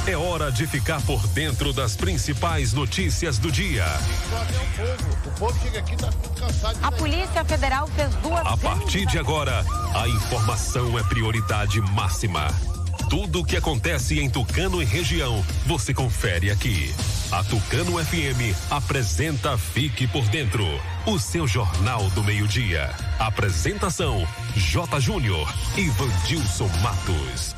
É hora de ficar por dentro das principais notícias do dia. O povo chega aqui, tá cansado. A Polícia Federal fez duas... A partir de agora, a informação é prioridade máxima. Tudo o que acontece em Tucano e região, você confere aqui. A Tucano FM apresenta Fique por Dentro, o seu Jornal do Meio-Dia. Apresentação, J. Júnior e Vandilson Matos.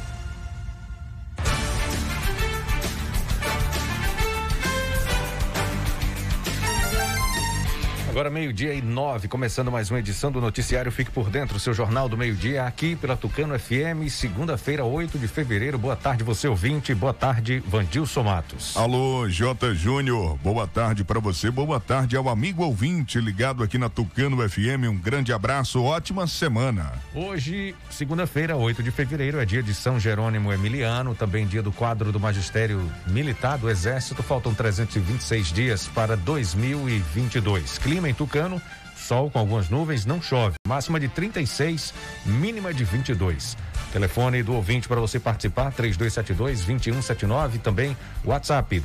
Agora 12:09, começando mais uma edição do Noticiário Fique por Dentro, seu Jornal do Meio-Dia, aqui pela Tucano FM, segunda-feira, 8 de fevereiro. Boa tarde, você ouvinte. Boa tarde, Vandilson Matos. Alô, J. Júnior. Boa tarde para você. Boa tarde ao amigo ouvinte ligado aqui na Tucano FM. Um grande abraço, ótima semana. Hoje, segunda-feira, 8 de fevereiro, é dia de São Jerônimo Emiliano, também dia do quadro do Magistério Militar do Exército. Faltam 326 dias para 2022. Clima em Tucano, sol com algumas nuvens, não chove. Máxima de 36, mínima de 22. Telefone do ouvinte para você participar, 3272-2179. Também WhatsApp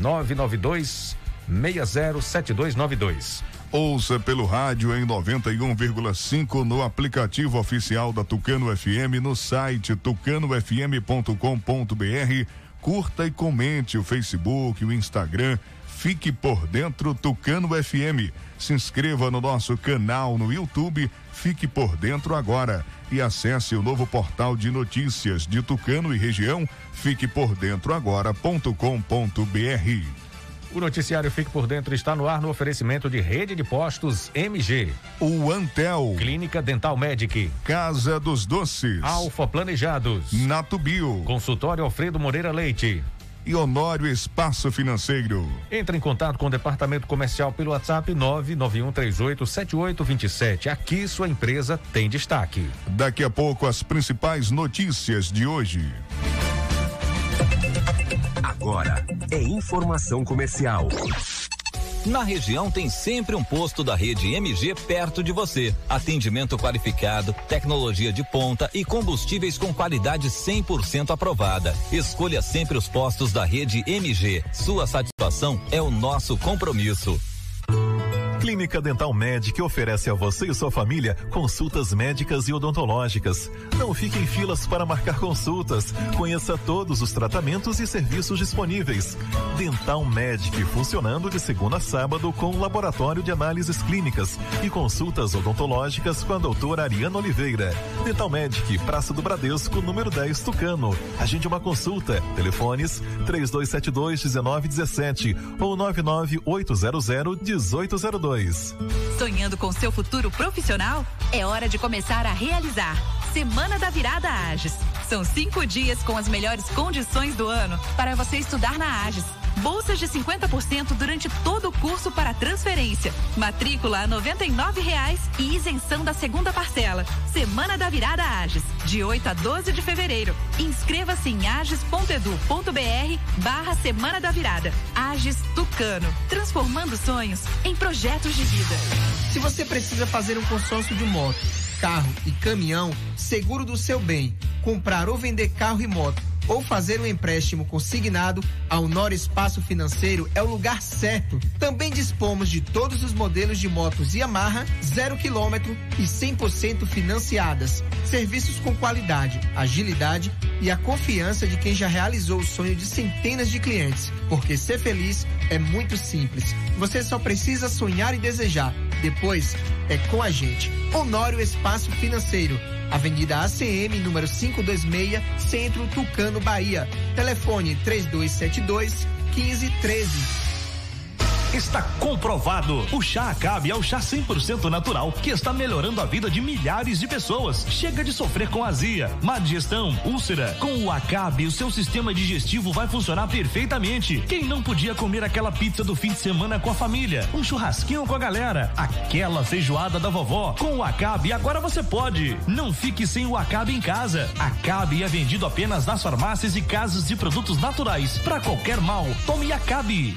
992-607292. Ouça pelo rádio em 91,5 no aplicativo oficial da Tucano FM, no site tucanofm.com.br. Curta e comente o Facebook, o Instagram. Fique por Dentro Tucano FM. Se inscreva no nosso canal no YouTube, Fique por Dentro agora. E acesse o novo portal de notícias de Tucano e região, fiquepordentroagora.com.br. O noticiário Fique por Dentro está no ar no oferecimento de Rede de Postos MG, o Antel, Clínica Dental Medic, Casa dos Doces, Alfa Planejados, Natubio, Consultório Alfredo Moreira Leite e Honório Espaço Financeiro. Entre em contato com o departamento comercial pelo WhatsApp 991387827. Aqui sua empresa tem destaque. Daqui a pouco as principais notícias de hoje. Agora é informação comercial. Na região tem sempre um posto da rede MG perto de você. Atendimento qualificado, tecnologia de ponta e combustíveis com qualidade 100% aprovada. Escolha sempre os postos da rede MG. Sua satisfação é o nosso compromisso. Clínica Dental Medic oferece a você e sua família consultas médicas e odontológicas. Não fique em filas para marcar consultas. Conheça todos os tratamentos e serviços disponíveis. Dental Medic, funcionando de segunda a sábado com laboratório de análises clínicas e consultas odontológicas com a doutora Ariana Oliveira. Dental Medic, Praça do Bradesco, número 10, Tucano. Agende uma consulta. Telefones 3272-1917 ou 99800-1802. Sonhando com seu futuro profissional? É hora de começar a realizar. Semana da Virada Ages. São 5 dias com as melhores condições do ano para você estudar na Ages. Bolsas de 50% durante todo o curso para transferência. Matrícula a R$ 99,00 e isenção da segunda parcela. Semana da Virada Ages, de 8 a 12 de fevereiro. Inscreva-se em ages.edu.br/Semana da Virada. Ages Tucano, transformando sonhos em projetos de vida. Se você precisa fazer um consórcio de moto, carro e caminhão, seguro do seu bem, comprar ou vender carro e moto, ou fazer um empréstimo consignado, a Honório Espaço Financeiro é o lugar certo. Também dispomos de todos os modelos de motos Yamaha 0 km e 100% financiadas. Serviços com qualidade, agilidade e a confiança de quem já realizou o sonho de centenas de clientes. Porque ser feliz é muito simples. Você só precisa sonhar e desejar. Depois é com a gente. Honório Espaço Financeiro. Avenida ACM, número 526, Centro Tucano, Bahia. Telefone 3272-1513. Está comprovado. O chá Acabe é o chá 100% natural que está melhorando a vida de milhares de pessoas. Chega de sofrer com azia, má digestão, úlcera. Com o Acabe, o seu sistema digestivo vai funcionar perfeitamente. Quem não podia comer aquela pizza do fim de semana com a família, um churrasquinho com a galera, aquela feijoada da vovó, com o Acabe agora você pode. Não fique sem o Acabe em casa. Acabe é vendido apenas nas farmácias e casas de produtos naturais. Para qualquer mal, tome Acabe.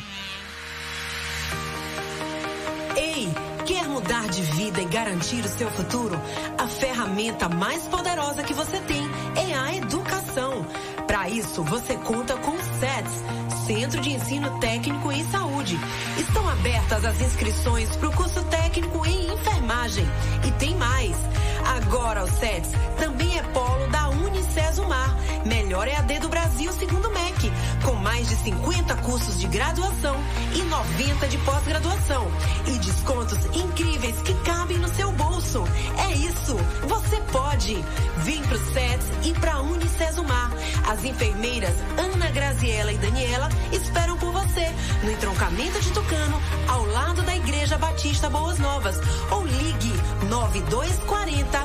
Ei, quer mudar de vida e garantir o seu futuro? A ferramenta mais poderosa que você tem é a educação. Para isso, você conta com o SETS, Centro de Ensino Técnico em Saúde. Estão abertas as inscrições para o curso técnico em enfermagem. E tem mais. Agora o SETS também é polo da Unicesumar, melhor EAD do Brasil segundo o MEC, com mais de 50 cursos de graduação e 90 de pós-graduação. E descontos incríveis que cabem no seu bolso. É isso, você pode. Vem pro SETS e pra Unicesumar. As enfermeiras Ana Graziela e Daniela esperam por você no entroncamento de Tucano, ao lado da Igreja Batista Boas Novas. Ou ligue 9240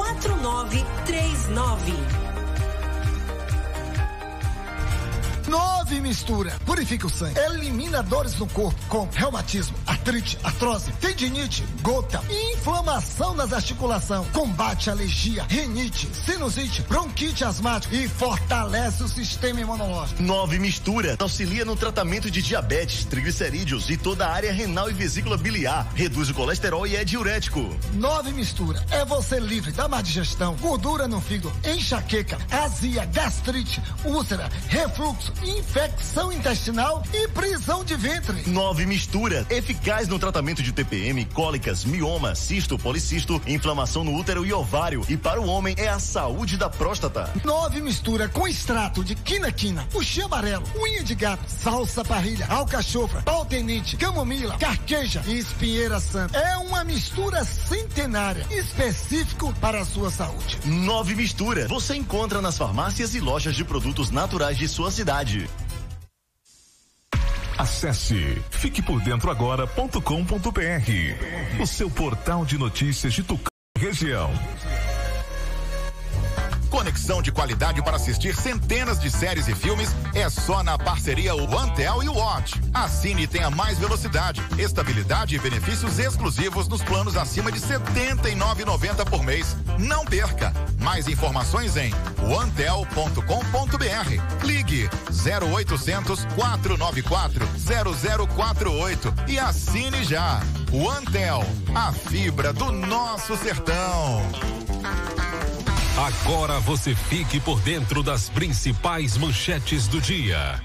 4939. 9 Mistura. Purifica o sangue. Elimina dores no corpo com reumatismo, artrite, artrose, tendinite, gota, inflamação nas articulações. Combate alergia, rinite, sinusite, bronquite asmática e fortalece o sistema imunológico. 9 Mistura. Auxilia no tratamento de diabetes, triglicerídeos e toda a área renal e vesícula biliar. Reduz o colesterol e é diurético. 9 Mistura. É você livre da má digestão, gordura no fígado, enxaqueca, azia, gastrite, úlcera, refluxo, infecção intestinal e prisão de ventre. 9 Mistura. Eficaz no tratamento de TPM, cólicas, mioma, cisto, policisto, inflamação no útero e ovário. E para o homem é a saúde da próstata. 9 Mistura com extrato de quina-quina, puxê amarelo, unha de gato, salsa parrilha, alcachofra, pau-tenente, camomila, carqueja e espinheira santa. É uma mistura centenária, específico para a sua saúde. 9 Mistura. Você encontra nas farmácias e lojas de produtos naturais de sua cidade. Acesse fiquepordentroagora.com.br, o seu portal de notícias de Tucano e região. Conexão de qualidade para assistir centenas de séries e filmes é só na parceria OneTel e Watch. Assine e tenha mais velocidade, estabilidade e benefícios exclusivos nos planos acima de R$ 79,90 por mês. Não perca! Mais informações em onetel.com.br. Ligue 0800 494 0048 e assine já. OneTel, a fibra do nosso sertão. Agora você fique por dentro das principais manchetes do dia.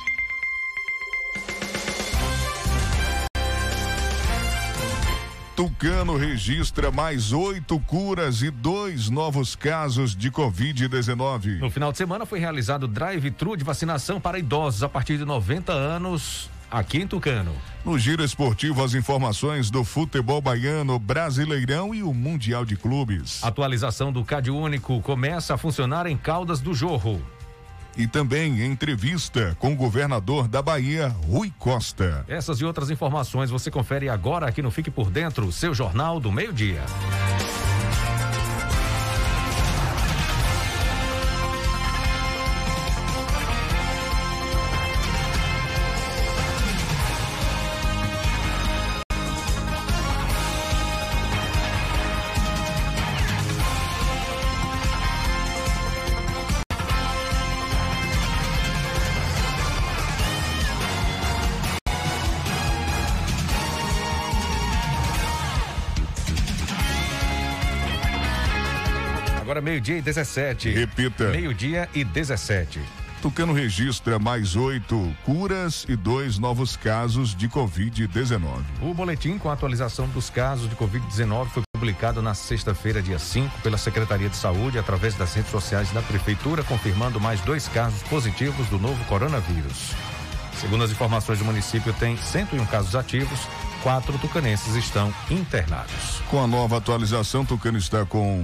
Tucano registra mais 8 curas e 2 novos casos de Covid-19. No final de semana foi realizado drive-thru de vacinação para idosos a partir de 90 anos aqui em Tucano. No Giro Esportivo, as informações do futebol baiano, Brasileirão e o Mundial de Clubes. A atualização do Cade Único começa a funcionar em Caldas do Jorro. E também entrevista com o governador da Bahia, Rui Costa. Essas e outras informações você confere agora aqui no Fique por Dentro, seu Jornal do Meio-Dia. Agora 12:17. Repita. 12:17. Tucano registra mais 8 curas e 2 novos casos de Covid-19. O boletim com a atualização dos casos de Covid-19 foi publicado na sexta-feira, dia 5, pela Secretaria de Saúde, através das redes sociais da Prefeitura, confirmando mais 2 casos positivos do novo coronavírus. Segundo as informações do município, tem 101 casos ativos, 4 tucanenses estão internados. Com a nova atualização, Tucano está com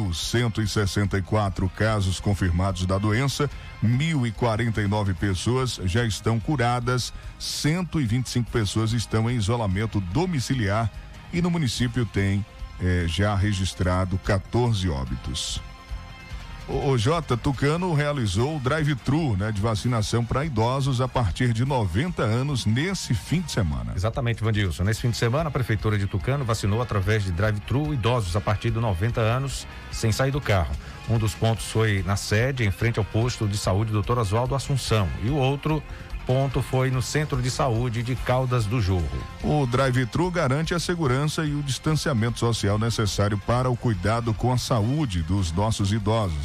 1.164 casos confirmados da doença, 1.049 pessoas já estão curadas, 125 pessoas estão em isolamento domiciliar e no município tem já registrado 14 óbitos. O Jota, Tucano realizou o drive-thru, de vacinação para idosos a partir de 90 anos nesse fim de semana. Exatamente, Vandilson. Nesse fim de semana, a Prefeitura de Tucano vacinou através de drive-thru idosos a partir de 90 anos sem sair do carro. Um dos pontos foi na sede, em frente ao posto de saúde Dr. Oswaldo Assunção, e o outro ponto foi no Centro de Saúde de Caldas do Jorro. O drive-thru garante a segurança e o distanciamento social necessário para o cuidado com a saúde dos nossos idosos.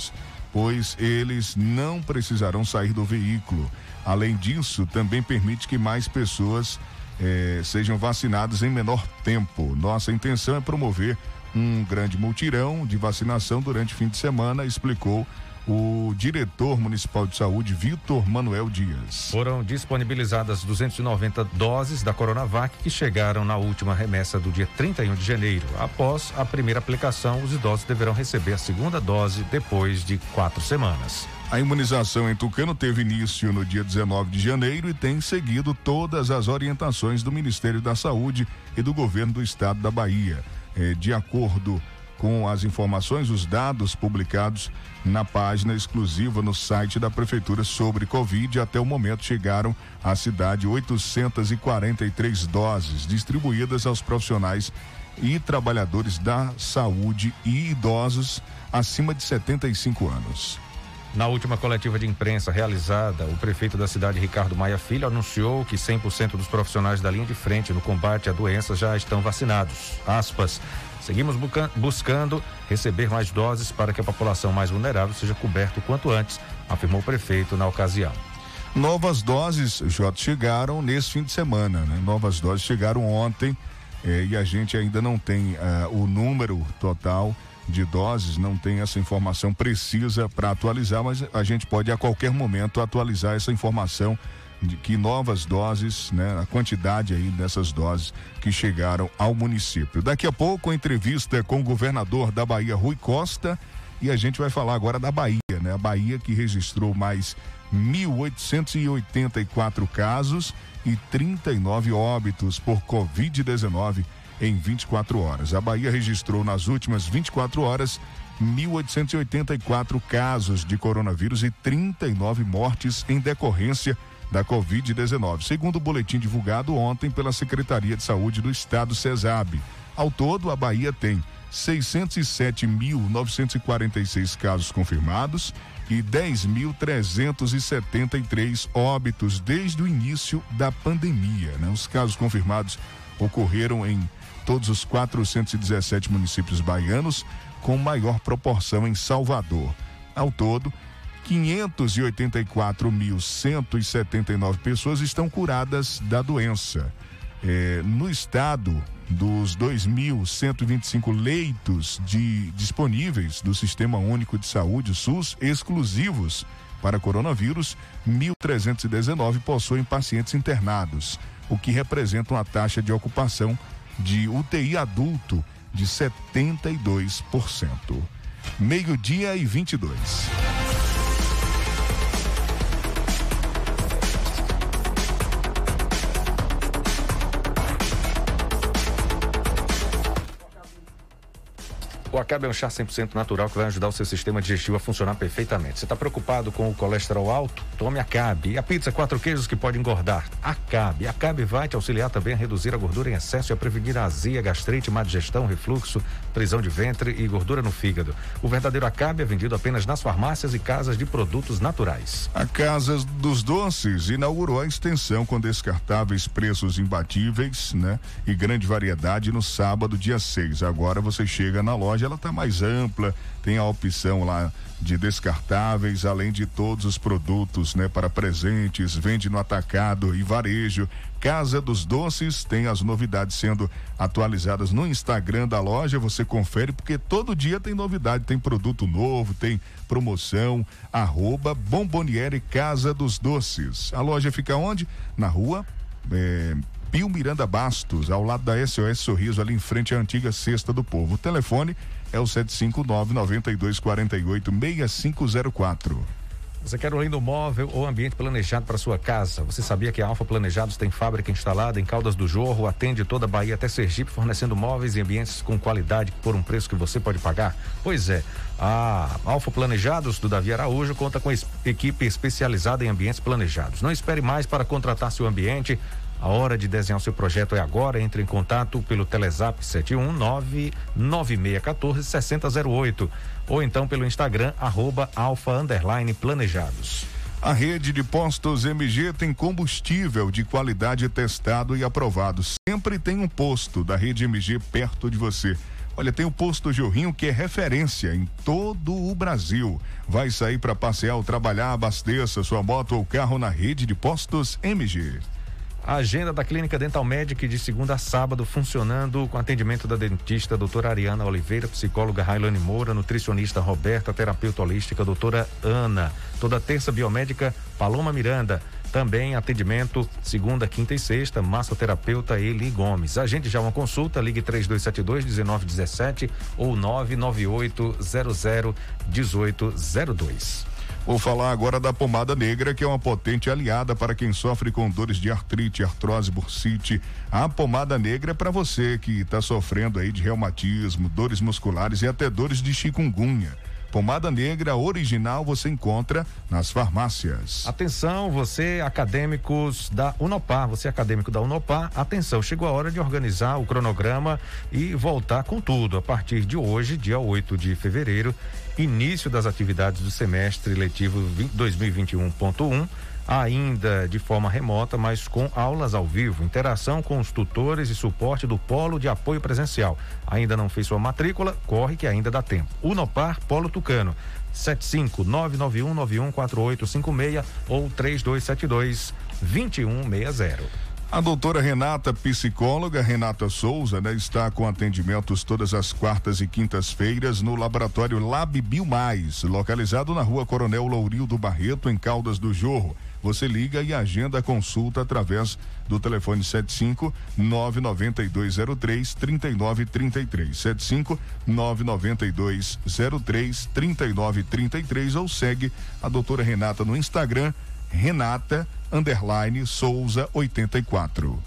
pois eles não precisarão sair do veículo. Além disso, também permite que mais pessoas sejam vacinadas em menor tempo. Nossa intenção é promover um grande mutirão de vacinação durante o fim de semana, explicou o diretor municipal de saúde, Vitor Manuel Dias. Foram disponibilizadas 290 doses da Coronavac que chegaram na última remessa do dia 31 de janeiro. Após a primeira aplicação, os idosos deverão receber a segunda dose depois de 4 semanas. A imunização em Tucano teve início no dia 19 de janeiro e tem seguido todas as orientações do Ministério da Saúde e do governo do estado da Bahia. De acordo com as informações, os dados publicados na página exclusiva no site da Prefeitura sobre Covid, até o momento chegaram à cidade 843 doses distribuídas aos profissionais e trabalhadores da saúde e idosos acima de 75 anos. Na última coletiva de imprensa realizada, o prefeito da cidade, Ricardo Maia Filho, anunciou que 100% dos profissionais da linha de frente no combate à doença já estão vacinados. Aspas, seguimos buscando receber mais doses para que a população mais vulnerável seja coberta o quanto antes, afirmou o prefeito na ocasião. Novas doses, chegaram nesse fim de semana, né? Novas doses chegaram ontem e a gente ainda não tem o número total de doses, não tem essa informação precisa para atualizar, mas a gente pode a qualquer momento atualizar essa informação de que novas doses, né, a quantidade aí dessas doses que chegaram ao município. Daqui a pouco a entrevista com o governador da Bahia, Rui Costa, e a gente vai falar agora da Bahia, né? A Bahia que registrou mais 1.884 casos e 39 óbitos por Covid-19 em 24 horas. A Bahia registrou nas últimas 24 horas 1.884 casos de coronavírus e 39 mortes em decorrência da Covid-19, segundo o boletim divulgado ontem pela Secretaria de Saúde do Estado, CESAB. Ao todo, a Bahia tem 607.946 casos confirmados e 10.373 óbitos desde o início da pandemia, né? Os casos confirmados ocorreram em todos os 417 municípios baianos, com maior proporção em Salvador. Ao todo, 584.179 pessoas estão curadas da doença. No estado, dos 2.125 leitos disponíveis do Sistema Único de Saúde, SUS, exclusivos para coronavírus, 1.319 possuem pacientes internados, o que representa uma taxa de ocupação de UTI adulto de 72%. 12:22. O Acabe é um chá 100% natural que vai ajudar o seu sistema digestivo a funcionar perfeitamente. Você está preocupado com o colesterol alto? Tome Acabe. E a pizza 4 queijos que pode engordar? Acabe. Acabe vai te auxiliar também a reduzir a gordura em excesso e a prevenir a azia, gastrite, má digestão, refluxo, prisão de ventre e gordura no fígado. O verdadeiro Acabe é vendido apenas nas farmácias e casas de produtos naturais. A Casa dos Doces inaugurou a extensão com descartáveis, preços imbatíveis, né? E grande variedade no sábado, dia 6. Agora você chega na loja, ela está mais ampla, tem a opção lá de descartáveis, além de todos os produtos, né, para presentes, vende no atacado e varejo. Casa dos Doces tem as novidades sendo atualizadas no Instagram da loja, você confere, porque todo dia tem novidade, tem produto novo, tem promoção, @Bomboniere Casa dos Doces. A loja fica onde? Na rua Pio Miranda Bastos, ao lado da SOS Sorriso, ali em frente à antiga Cesta do Povo. O telefone é o 759-9248-6504. Você quer um lindo móvel ou ambiente planejado para sua casa? Você sabia que a Alfa Planejados tem fábrica instalada em Caldas do Jorro, atende toda a Bahia até Sergipe, fornecendo móveis e ambientes com qualidade por um preço que você pode pagar? Pois é, a Alfa Planejados do Davi Araújo conta com equipe especializada em ambientes planejados. Não espere mais para contratar seu ambiente. A hora de desenhar o seu projeto é agora. Entre em contato pelo Telezap 71996146008 ou então pelo Instagram @alfa_planejados. A rede de postos MG tem combustível de qualidade testado e aprovado. Sempre tem um posto da rede MG perto de você. Olha, tem o Posto Jorrinho, que é referência em todo o Brasil. Vai sair para passear ou trabalhar, abasteça sua moto ou carro na rede de postos MG. A agenda da Clínica Dental Medic de segunda a sábado, funcionando com atendimento da dentista doutora Ariana Oliveira, psicóloga Railane Moura, nutricionista Roberta, terapeuta holística doutora Ana. Toda terça, biomédica Paloma Miranda. Também atendimento segunda, quinta e sexta, massoterapeuta Eli Gomes. Agende já uma consulta, ligue 3272-1917 ou 998001802. Vou falar agora da pomada negra, que é uma potente aliada para quem sofre com dores de artrite, artrose, bursite. A pomada negra é para você que está sofrendo aí de reumatismo, dores musculares e até dores de chikungunya. Pomada negra original você encontra nas farmácias. Atenção, você acadêmicos da Unopar, atenção, chegou a hora de organizar o cronograma e voltar com tudo. A partir de hoje, dia 8 de fevereiro, início das atividades do semestre letivo 2021.1, ainda de forma remota, mas com aulas ao vivo, interação com os tutores e suporte do Polo de Apoio Presencial. Ainda não fez sua matrícula? Corre que ainda dá tempo. Unopar Polo Tucano, 75991914856 ou 3272-2160. A doutora Renata, psicóloga Renata Souza, está com atendimentos todas as quartas e quintas-feiras no laboratório Lab Biomais, localizado na rua Coronel Lourildo Barreto, em Caldas do Jorro. Você liga e agenda a consulta através do telefone 75-99203-3933. 75-99203-3933 ou segue a doutora Renata no Instagram, Renata_Souza 84.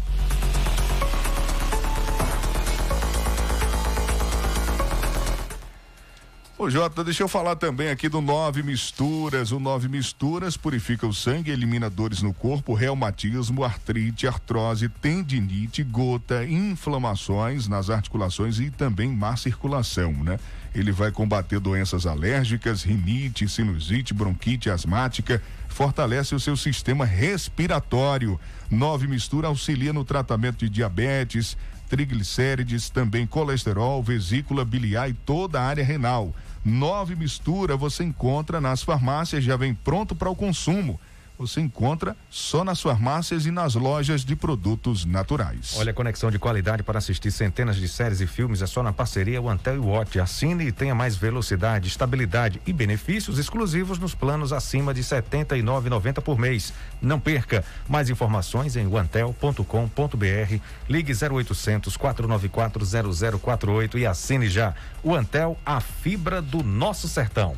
Ô Jota, deixa eu falar também aqui do 9 Misturas. O 9 Misturas purifica o sangue, elimina dores no corpo, reumatismo, artrite, artrose, tendinite, gota, inflamações nas articulações e também má circulação, né? Ele vai combater doenças alérgicas, rinite, sinusite, bronquite asmática, fortalece o seu sistema respiratório. 9 Mistura auxilia no tratamento de diabetes, triglicérides, também colesterol, vesícula biliar e toda a área renal. 9 Mistura você encontra nas farmácias, já vem pronto para o consumo. Você encontra só nas farmácias e nas lojas de produtos naturais. Olha, conexão de qualidade para assistir centenas de séries e filmes é só na parceria Antel e Watch. Assine e tenha mais velocidade, estabilidade e benefícios exclusivos nos planos acima de R$ 79,90 por mês. Não perca. Mais informações em antel.com.br. Ligue 0800 494 0048 e assine já. O Antel, a fibra do nosso sertão.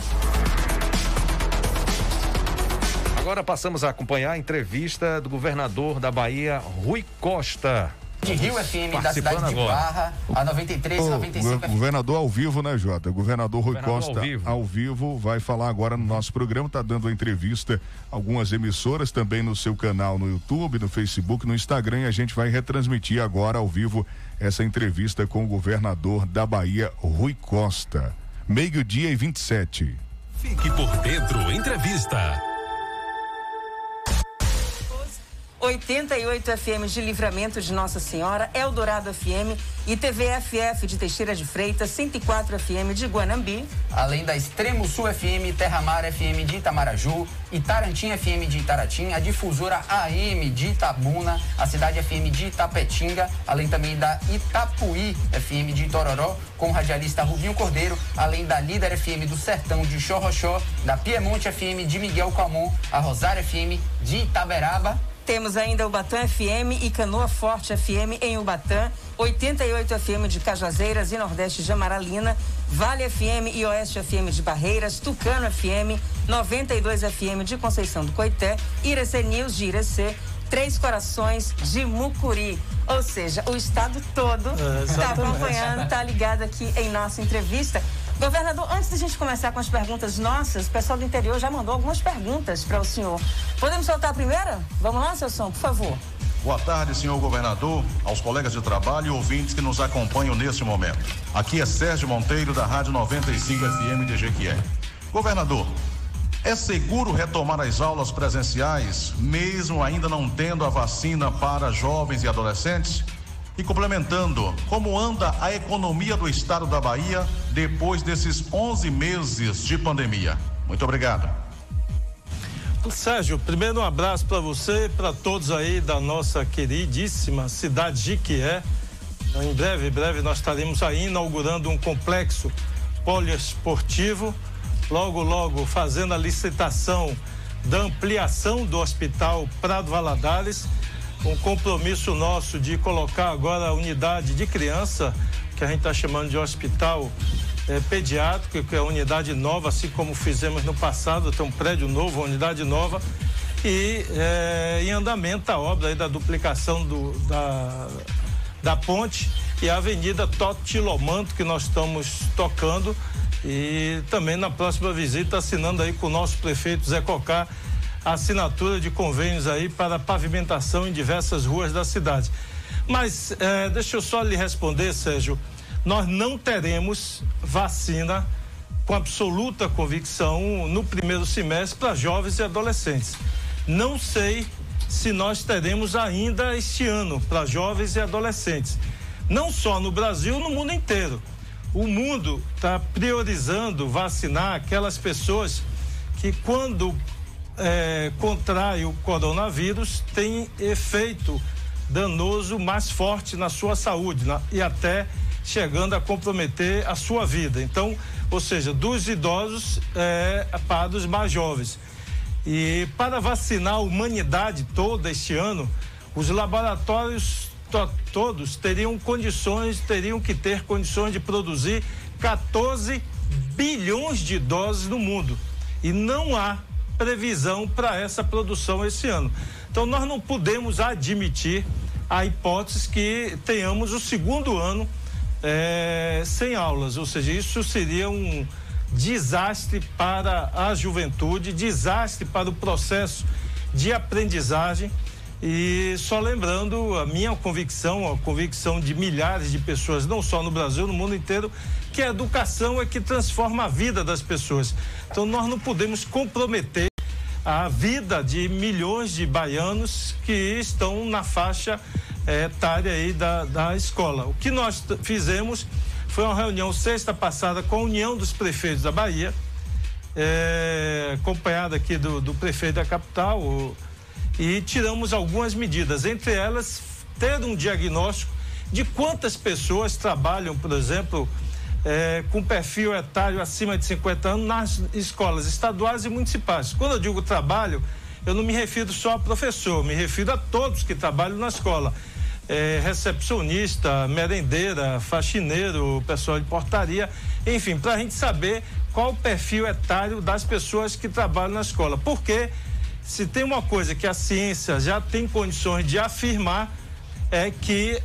Agora passamos a acompanhar a entrevista do governador da Bahia, Rui Costa. De Rio FM, da cidade de Barra, a 93 e 95 Governador ao vivo, né, Jota? Governador Rui Costa ao vivo vai falar agora no nosso programa, tá dando a entrevista a algumas emissoras também no seu canal no YouTube, no Facebook, no Instagram, e a gente vai retransmitir agora ao vivo essa entrevista com o governador da Bahia, Rui Costa. 12:27. Fique por dentro, entrevista. 88 FM de Livramento de Nossa Senhora, Eldorado FM e TV FF de Teixeira de Freitas, 104 FM de Guanambi. Além da Extremo Sul FM, Terra Mar FM de Itamaraju, Itarantim FM de Itaratim, a difusora AM de Itabuna, a Cidade FM de Itapetinga, além também da Itapuí FM de Itororó, com o radialista Rubinho Cordeiro, além da Líder FM do Sertão de Xorroxó, da Piemonte FM de Miguel Calmon, a Rosário FM de Itaberaba. Temos ainda Ubatã FM e Canoa Forte FM em Ubatã, 88 FM de Cajazeiras e Nordeste de Amaralina, Vale FM e Oeste FM de Barreiras, Tucano FM, 92 FM de Conceição do Coité, Irecê News de Irecê, Três Corações de Mucuri. Ou seja, o estado todo está acompanhando, está ligado aqui em nossa entrevista. Governador, antes da gente começar com as perguntas nossas, o pessoal do interior já mandou algumas perguntas para o senhor. Podemos soltar a primeira? Vamos lá, seu som, por favor. Boa tarde, senhor governador, aos colegas de trabalho e ouvintes que nos acompanham neste momento. Aqui é Sérgio Monteiro, da Rádio 95 FM de Jequié. Governador, é seguro retomar as aulas presenciais, mesmo ainda não tendo a vacina para jovens e adolescentes? E complementando, como anda a economia do estado da Bahia depois desses 11 meses de pandemia? Muito obrigado. Sérgio, primeiro um abraço para você e para todos aí da nossa queridíssima cidade de Jequié. Em breve nós estaremos aí inaugurando um complexo poliesportivo, logo fazendo a licitação da ampliação do Hospital Prado Valadares, um compromisso nosso de colocar agora a unidade de criança, que a gente está chamando de hospital pediátrico, que é a unidade nova, assim como fizemos no passado, tem um prédio novo, uma unidade nova, e em andamento a obra aí da duplicação da ponte e a Avenida Totilomanto, que nós estamos tocando, e também na próxima visita assinando aí com o nosso prefeito Zé Cocá a assinatura de convênios aí para pavimentação em diversas ruas da cidade. Mas deixa eu só lhe responder, Sérgio, nós não teremos vacina com absoluta convicção no primeiro semestre para jovens e adolescentes. Não sei se nós teremos ainda este ano para jovens e adolescentes. Não só no Brasil, no mundo inteiro. O mundo está priorizando vacinar aquelas pessoas que, quando contrai o coronavírus, tem efeito danoso mais forte na sua saúde, e até chegando a comprometer a sua vida. Então, ou seja, dos idosos para os mais jovens. E para vacinar a humanidade toda este ano, os laboratórios todos teriam que ter condições de produzir 14 bilhões de doses no mundo. E não há previsão para essa produção esse ano. Então nós não podemos admitir a hipótese que tenhamos o segundo ano sem aulas, ou seja, isso seria um desastre para a juventude, desastre para o processo de aprendizagem. E só lembrando a minha convicção, a convicção de milhares de pessoas, não só no Brasil, no mundo inteiro, que a educação é que transforma a vida das pessoas. Então nós não podemos comprometer a vida de milhões de baianos que estão na faixa etária aí da escola. O que nós fizemos foi uma reunião sexta passada com a União dos Prefeitos da Bahia, acompanhada aqui do prefeito da capital, e tiramos algumas medidas, entre elas ter um diagnóstico de quantas pessoas trabalham, por exemplo, com perfil etário acima de 50 anos nas escolas estaduais e municipais. Quando eu digo trabalho, eu não me refiro só a professor, me refiro a todos que trabalham na escola. Recepcionista, merendeira, faxineiro, pessoal de portaria, enfim, para a gente saber qual o perfil etário das pessoas que trabalham na escola. Porque se tem uma coisa que a ciência já tem condições de afirmar, é que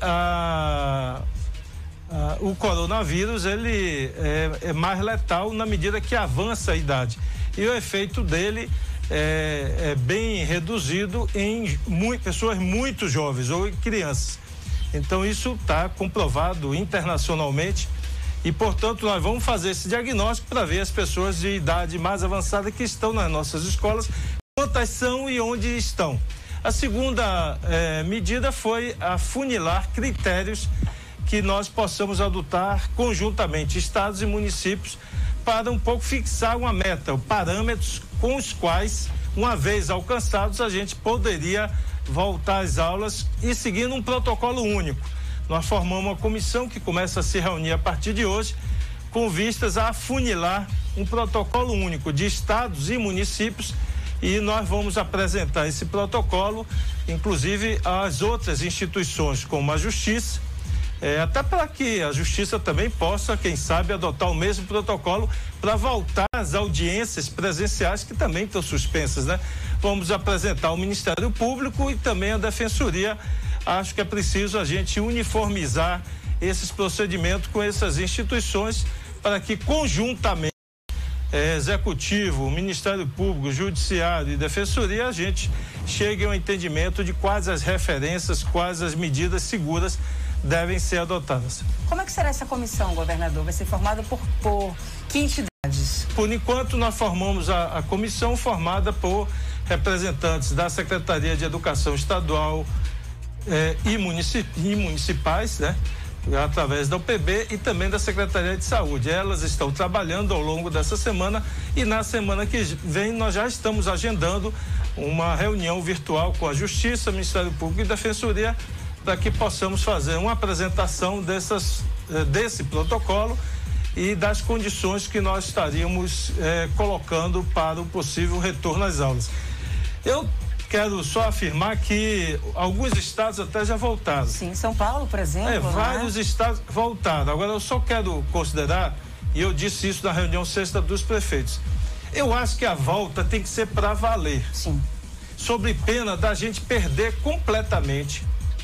o coronavírus ele é mais letal na medida que avança a idade. E o efeito dele é bem reduzido em pessoas muito jovens ou em crianças. Então isso está comprovado internacionalmente e, portanto, nós vamos fazer esse diagnóstico para ver as pessoas de idade mais avançada que estão nas nossas escolas, quantas são e onde estão. A segunda medida foi afunilar critérios que nós possamos adotar conjuntamente, estados e municípios, para um pouco fixar uma meta, parâmetros com os quais, uma vez alcançados, a gente poderia voltar às aulas e seguindo um protocolo único. Nós formamos uma comissão que começa a se reunir a partir de hoje, com vistas a afunilar um protocolo único de estados e municípios, e nós vamos apresentar esse protocolo, inclusive às outras instituições, como a Justiça, até para que a Justiça também possa, quem sabe, adotar o mesmo protocolo para voltar às audiências presenciais que também estão suspensas, né? Vamos apresentar ao Ministério Público e também a Defensoria. Acho que é preciso a gente uniformizar esses procedimentos com essas instituições para que conjuntamente Executivo, Ministério Público, Judiciário e Defensoria, a gente chegue ao entendimento de quais as referências, quais as medidas seguras devem ser adotadas. Como é que será essa comissão, governador? Vai ser formada por que entidades? Por enquanto, nós formamos a comissão formada por representantes da Secretaria de Educação Estadual, e municipais, né? Através da UPB e também da Secretaria de Saúde. Elas estão trabalhando ao longo dessa semana e na semana que vem nós já estamos agendando uma reunião virtual com a Justiça, Ministério Público e Defensoria para que possamos fazer uma apresentação desse protocolo e das condições que nós estaríamos colocando para o possível retorno às aulas. Eu quero só afirmar que alguns estados até já voltaram. Sim, São Paulo, por exemplo. Vários estados voltaram. Agora, eu só quero considerar, e eu disse isso na reunião sexta dos prefeitos, eu acho que a volta tem que ser para valer. Sim. Sob pena da gente perder completamente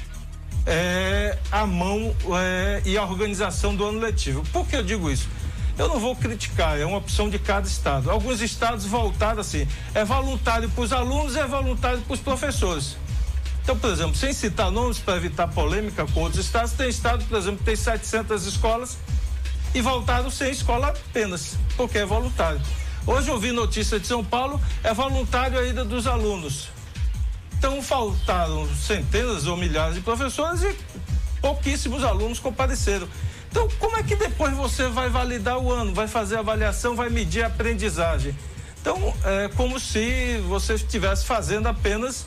a mão e a organização do ano letivo. Por que eu digo isso? Eu não vou criticar, é uma opção de cada estado. Alguns estados voltaram assim, é voluntário para os alunos e é voluntário para os professores. Então, por exemplo, sem citar nomes para evitar polêmica com outros estados, tem estado, por exemplo, que tem 700 escolas e voltaram sem escola apenas, porque é voluntário. Hoje eu vi notícia de São Paulo, é voluntário a ida dos alunos. Então faltaram centenas ou milhares de professores e pouquíssimos alunos compareceram. Então, como é que depois você vai validar o ano, vai fazer a avaliação, vai medir a aprendizagem? Então, é como se você estivesse fazendo apenas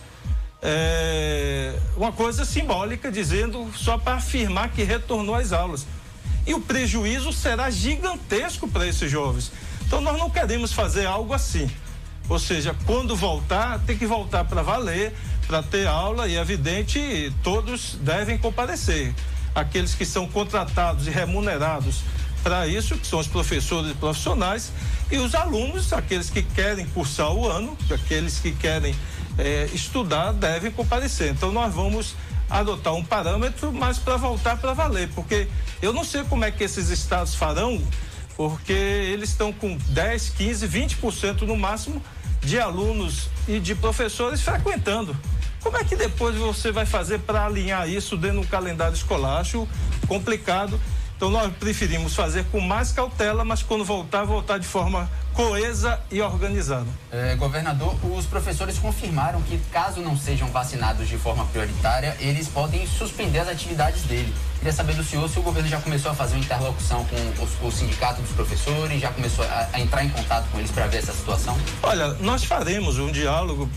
uma coisa simbólica, dizendo só para afirmar que retornou às aulas. E o prejuízo será gigantesco para esses jovens. Então, nós não queremos fazer algo assim. Ou seja, quando voltar, tem que voltar para valer, para ter aula e, é evidente, todos devem comparecer. Aqueles que são contratados e remunerados para isso, que são os professores profissionais, e os alunos, aqueles que querem cursar o ano, aqueles que querem estudar, devem comparecer. Então, nós vamos adotar um parâmetro, mas para voltar para valer, porque eu não sei como é que esses estados farão, porque eles estão com 10, 15, 20% no máximo de alunos e de professores frequentando. Como é que depois você vai fazer para alinhar isso dentro do calendário escolar? Acho complicado. Então nós preferimos fazer com mais cautela, mas quando voltar de forma coesa e organizada. Governador, os professores confirmaram que caso não sejam vacinados de forma prioritária, eles podem suspender as atividades dele. Queria saber do senhor se o governo já começou a fazer uma interlocução com o sindicato dos professores, já começou a entrar em contato com eles para ver essa situação? Olha, nós faremos um diálogo,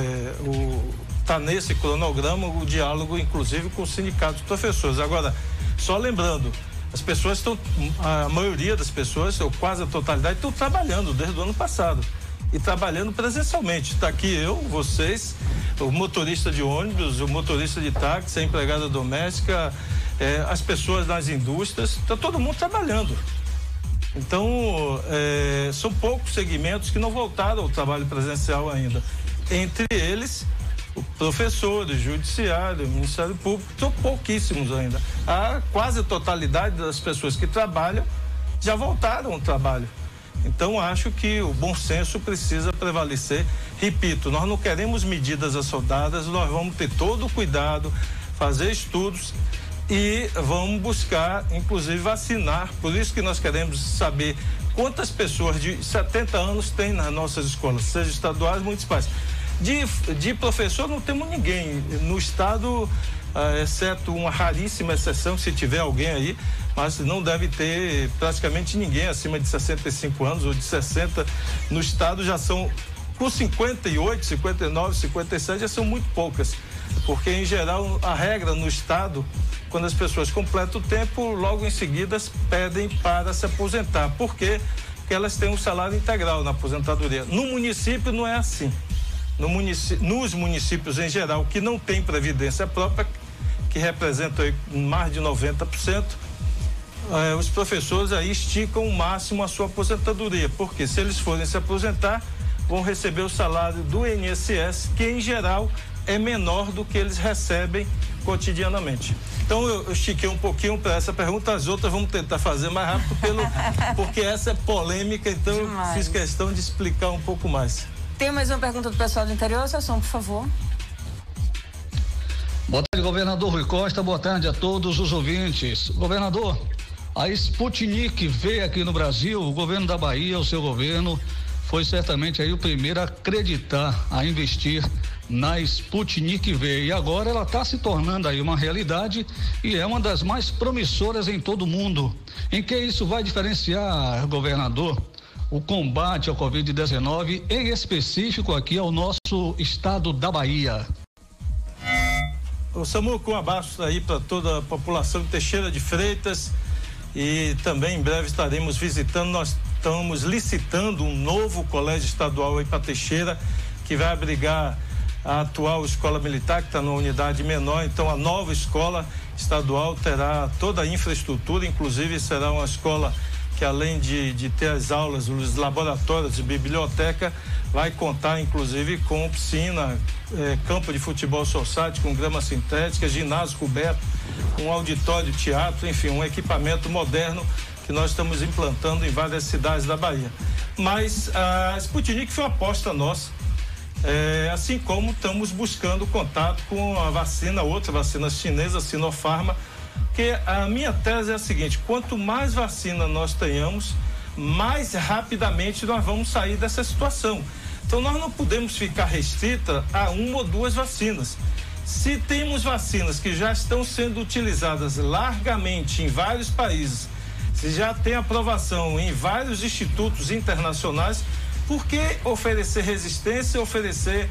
está nesse cronograma o diálogo, inclusive, com o sindicato dos professores. Agora, só lembrando, as pessoas estão, a maioria das pessoas, ou quase a totalidade, estão trabalhando desde o ano passado e trabalhando presencialmente. Está aqui eu, vocês, o motorista de ônibus, o motorista de táxi, a empregada doméstica, as pessoas nas indústrias, está todo mundo trabalhando. Então, são poucos segmentos que não voltaram ao trabalho presencial ainda. Entre eles, o professores, judiciário, Ministério Público, são pouquíssimos ainda. A quase totalidade das pessoas que trabalham já voltaram ao trabalho. Então, acho que o bom senso precisa prevalecer. Repito, nós não queremos medidas assodadas, nós vamos ter todo o cuidado, fazer estudos e vamos buscar, inclusive, vacinar. Por isso que nós queremos saber quantas pessoas de 70 anos tem nas nossas escolas, seja estaduais ou municipais. De professor não temos ninguém no estado, exceto uma raríssima exceção, se tiver alguém aí, mas não deve ter praticamente ninguém acima de 65 anos ou de 60 no estado. Já são com 58, 59, 57, já são muito poucas, porque em geral a regra no estado, quando as pessoas completam o tempo, logo em seguida pedem para se aposentar, porque elas têm um salário integral na aposentadoria. No município não é assim. Nos municípios em geral que não tem previdência própria, que representam aí mais de 90%, os professores aí esticam o máximo a sua aposentadoria, porque se eles forem se aposentar, vão receber o salário do INSS, que em geral é menor do que eles recebem cotidianamente. Então eu estiquei um pouquinho para essa pergunta, as outras vamos tentar fazer mais rápido porque essa é polêmica, então eu fiz questão de explicar um pouco mais. Tem mais uma pergunta do pessoal do interior, Celso, por favor. Boa tarde, governador Rui Costa, boa tarde a todos os ouvintes. Governador, a Sputnik veio aqui no Brasil, o governo da Bahia, o seu governo, foi certamente aí o primeiro a acreditar, a investir na Sputnik V, e agora ela está se tornando aí uma realidade e é uma das mais promissoras em todo o mundo. Em que isso vai diferenciar, governador, o combate ao Covid-19, em específico aqui ao nosso estado da Bahia? O Samuco, um abraço aí para toda a população de Teixeira de Freitas, e também em breve estaremos visitando. Nós estamos licitando um novo colégio estadual aí para Teixeira, que vai abrigar a atual escola militar, que está numa unidade menor. Então a nova escola estadual terá toda a infraestrutura, inclusive será uma escola que, além de ter as aulas, os laboratórios e biblioteca, vai contar inclusive com piscina, campo de futebol society com grama sintética, ginásio coberto, um auditório, teatro, enfim, um equipamento moderno que nós estamos implantando em várias cidades da Bahia. Mas a Sputnik foi uma aposta nossa, assim como estamos buscando contato com a vacina, outra vacina chinesa, a Sinopharm, que a minha tese é a seguinte: quanto mais vacina nós tenhamos, mais rapidamente nós vamos sair dessa situação. Então nós não podemos ficar restrita a uma ou duas vacinas. Se temos vacinas que já estão sendo utilizadas largamente em vários países, se já tem aprovação em vários institutos internacionais, por que oferecer resistência, oferecer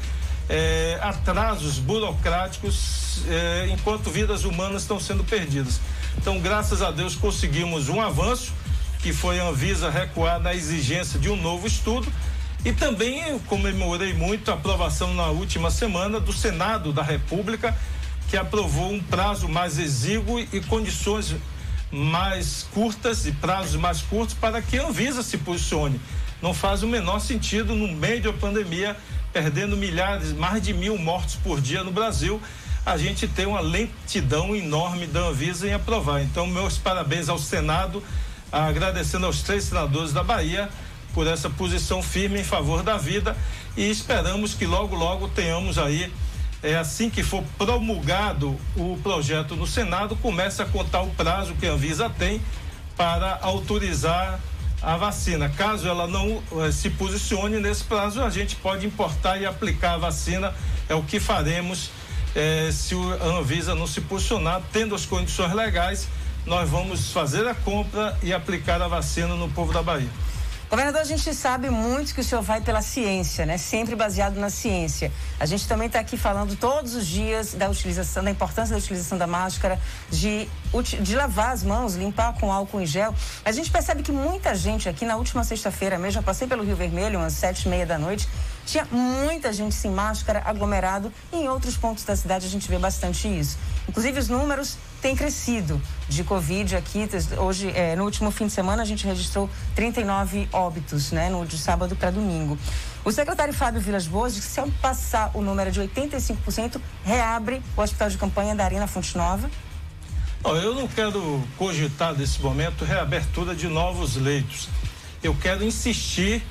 atrasos burocráticos enquanto vidas humanas estão sendo perdidas? Então, graças a Deus, conseguimos um avanço, que foi a Anvisa recuar na exigência de um novo estudo. E também eu comemorei muito a aprovação na última semana do Senado da República, que aprovou um prazo mais exíguo e condições mais curtas e prazos mais curtos para que a Anvisa se posicione. Não faz o menor sentido, no meio da pandemia, perdendo milhares, mais de 1.000 mortos por dia no Brasil, a gente tem uma lentidão enorme da Anvisa em aprovar. Então, meus parabéns ao Senado, agradecendo aos 3 senadores da Bahia por essa posição firme em favor da vida, e esperamos que logo, logo tenhamos aí, assim que for promulgado o projeto no Senado, comece a contar o prazo que a Anvisa tem para autorizar a vacina. Caso ela não se posicione nesse prazo, a gente pode importar e aplicar a vacina. É o que faremos se a Anvisa não se posicionar. Tendo as condições legais, nós vamos fazer a compra e aplicar a vacina no povo da Bahia. Governador, a gente sabe muito que o senhor vai pela ciência, né? Sempre baseado na ciência. A gente também está aqui falando todos os dias da utilização, da importância da utilização da máscara, de lavar as mãos, limpar com álcool em gel. A gente percebe que muita gente aqui, na última sexta-feira mesmo, eu passei pelo Rio Vermelho, umas 7h30 da noite, tinha muita gente sem máscara, aglomerado, e em outros pontos da cidade a gente vê bastante isso. Inclusive os números têm crescido de Covid aqui. Hoje, no último fim de semana, a gente registrou 39 óbitos, né? De sábado para domingo. O secretário Fábio Vilas Boas disse que se passar o número de 85%, reabre o hospital de campanha da Arena Fonte Nova. Não, eu não quero cogitar nesse momento reabertura de novos leitos. Eu quero insistir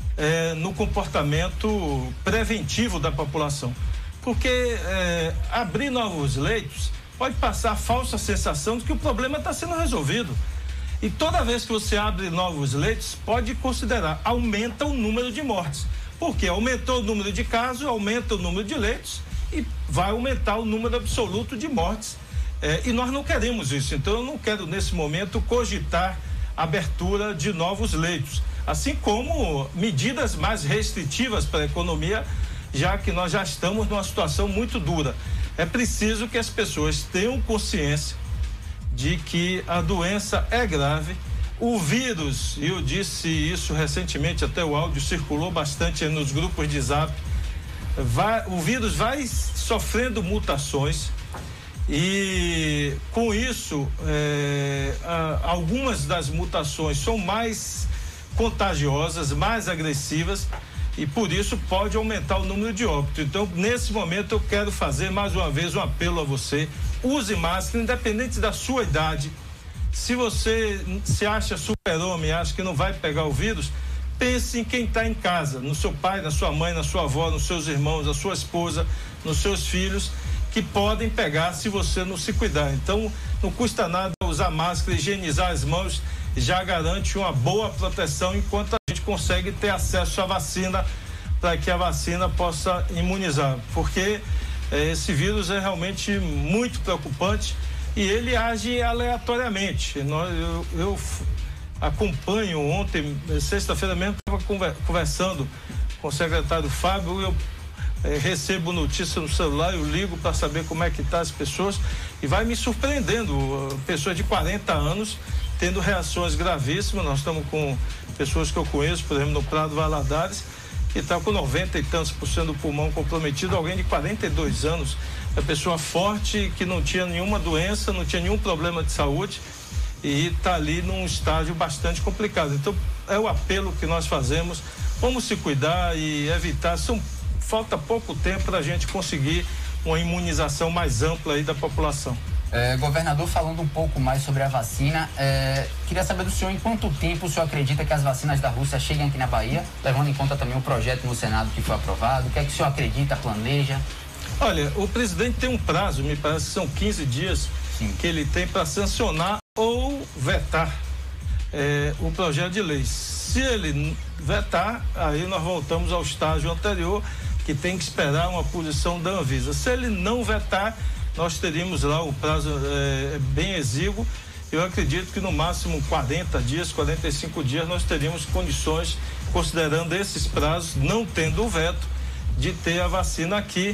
no comportamento preventivo da população. Porque abrir novos leitos pode passar a falsa sensação de que o problema está sendo resolvido. E toda vez que você abre novos leitos, pode considerar, aumenta o número de mortes. Porque aumentou o número de casos, aumenta o número de leitos e vai aumentar o número absoluto de mortes. E nós não queremos isso. Então eu não quero, nesse momento, cogitar abertura de novos leitos. Assim como medidas mais restritivas para a economia, já que nós já estamos numa situação muito dura. É preciso que as pessoas tenham consciência de que a doença é grave. O vírus, eu disse isso recentemente, até o áudio circulou bastante nos grupos de Zap, o vírus vai sofrendo mutações e com isso algumas das mutações são mais contagiosas, mais agressivas, e por isso pode aumentar o número de óbitos. Então, nesse momento, eu quero fazer mais uma vez um apelo a você: use máscara, independente da sua idade. Se você se acha super-homem, acha que não vai pegar o vírus, pense em quem está em casa, no seu pai, na sua mãe, na sua avó, nos seus irmãos, na sua esposa, nos seus filhos, que podem pegar se você não se cuidar. Então, não custa nada usar máscara, higienizar as mãos, já garante uma boa proteção enquanto a gente consegue ter acesso à vacina para que a vacina possa imunizar, porque esse vírus é realmente muito preocupante e ele age aleatoriamente. Eu acompanho ontem, sexta-feira mesmo, estava conversando com o secretário Fábio, eu recebo notícia no celular, eu ligo para saber como é que tá as pessoas e vai me surpreendendo, pessoas de 40 anos tendo reações gravíssimas. Nós estamos com pessoas que eu conheço, por exemplo, no Prado Valadares, que está com 90 e tantos % do pulmão comprometido, alguém de 42 anos, é pessoa forte, que não tinha nenhuma doença, não tinha nenhum problema de saúde e está ali num estágio bastante complicado. Então, é o apelo que nós fazemos, vamos se cuidar e evitar, falta pouco tempo para a gente conseguir uma imunização mais ampla aí da população. Governador, falando um pouco mais sobre a vacina, queria saber do senhor em quanto tempo o senhor acredita que as vacinas da Rússia cheguem aqui na Bahia, levando em conta também o projeto no Senado que foi aprovado, o que é que o senhor acredita, planeja? Olha, o presidente tem um prazo, me parece que são 15 dias, sim, que ele tem para sancionar ou vetar o projeto de lei. Se ele vetar, aí nós voltamos ao estágio anterior, que tem que esperar uma posição da Anvisa. Se ele não vetar, nós teríamos lá o prazo bem exíguo. Eu acredito que no máximo 40 dias, 45 dias, nós teríamos condições, considerando esses prazos, não tendo o veto, de ter a vacina aqui.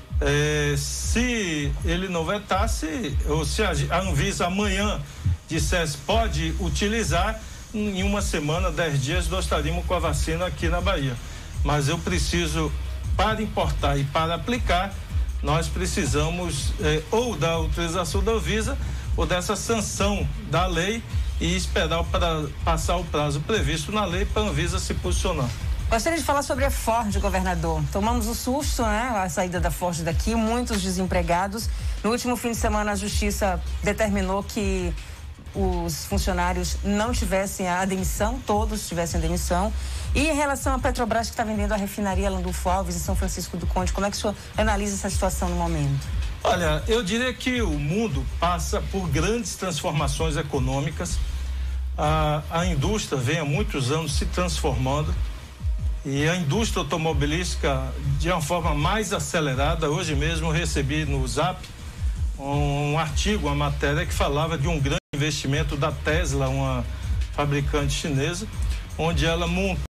Se ele não vetasse, ou se a Anvisa amanhã dissesse pode utilizar, em uma semana, 10 dias, nós estaríamos com a vacina aqui na Bahia. Mas eu preciso, para importar e para aplicar, nós precisamos ou da autorização da Anvisa ou dessa sanção da lei e esperar para passar o prazo previsto na lei para a Anvisa se posicionar. Gostaria de falar sobre a Ford, governador. Tomamos o susto, né? A saída da Ford daqui, muitos desempregados. No último fim de semana, a Justiça determinou que os funcionários não tivessem a demissão, todos tivessem a demissão. E em relação à Petrobras, que está vendendo a refinaria Landulfo Alves em São Francisco do Conde, como é que o senhor analisa essa situação no momento? Olha, eu diria que o mundo passa por grandes transformações econômicas. A indústria vem há muitos anos se transformando e a indústria automobilística de uma forma mais acelerada. Hoje mesmo eu recebi no Zap um artigo, uma matéria que falava de um grande investimento da Tesla, uma fabricante chinesa, onde ela montou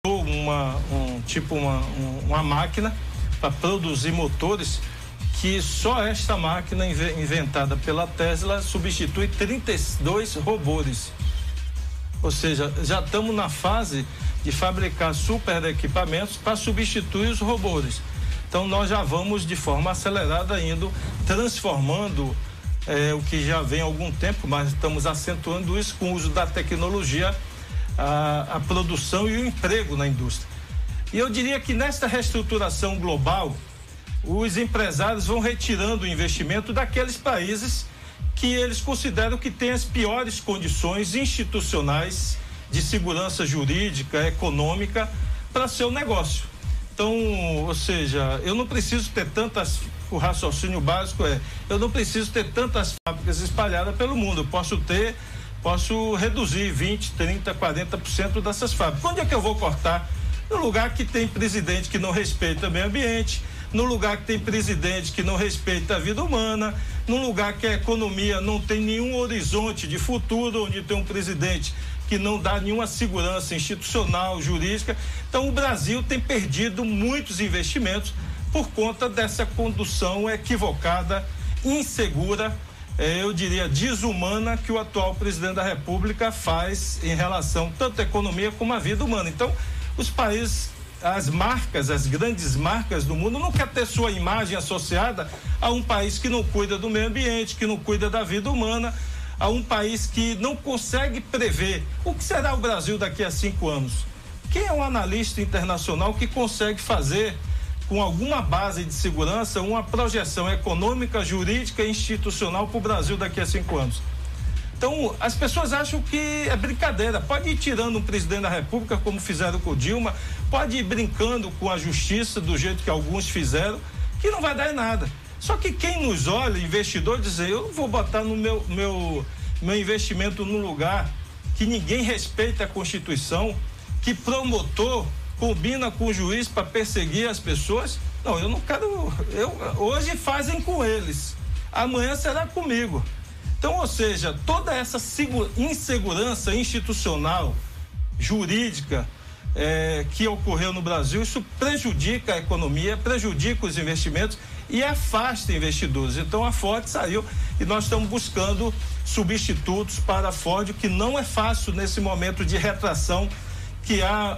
uma máquina para produzir motores, que só esta máquina inventada pela Tesla substitui 32 robôs. Ou seja, já estamos na fase de fabricar super equipamentos para substituir os robôs. Então nós já vamos de forma acelerada indo, transformando o que já vem há algum tempo, mas estamos acentuando isso com o uso da tecnologia, a produção e o emprego na indústria. E eu diria que nesta reestruturação global, os empresários vão retirando o investimento daqueles países que eles consideram que têm as piores condições institucionais de segurança jurídica, econômica para seu negócio. Então, ou seja, eu não preciso ter o raciocínio básico eu não preciso ter tantas fábricas espalhadas pelo mundo. Eu posso reduzir 20, 30, 40% dessas fábricas. Onde é que eu vou cortar? No lugar que tem presidente que não respeita o meio ambiente, no lugar que tem presidente que não respeita a vida humana, num lugar que a economia não tem nenhum horizonte de futuro, onde tem um presidente que não dá nenhuma segurança institucional, jurídica. Então o Brasil tem perdido muitos investimentos por conta dessa condução equivocada, insegura, eu diria desumana, que o atual presidente da República faz em relação tanto à economia como à vida humana. Então os países, as grandes marcas do mundo não querem ter sua imagem associada a um país que não cuida do meio ambiente, que não cuida da vida humana, a um país que não consegue prever o que será o Brasil daqui a 5 anos. Quem é um analista internacional que consegue fazer, com alguma base de segurança, uma projeção econômica, jurídica e institucional para o Brasil daqui a 5 anos? Então, as pessoas acham que é brincadeira. Pode ir tirando um presidente da República, como fizeram com o Dilma, pode ir brincando com a justiça, do jeito que alguns fizeram, que não vai dar em nada. Só que quem nos olha, investidor, diz: eu não vou botar no meu investimento num lugar que ninguém respeita a Constituição, que promotor combina com o juiz para perseguir as pessoas. Não, eu não quero. Hoje fazem com eles, amanhã será comigo. Então, ou seja, toda essa insegurança institucional, jurídica, que ocorreu no Brasil, isso prejudica a economia, prejudica os investimentos e afasta investidores. Então a Ford saiu e nós estamos buscando substitutos para a Ford, o que não é fácil nesse momento de retração que há,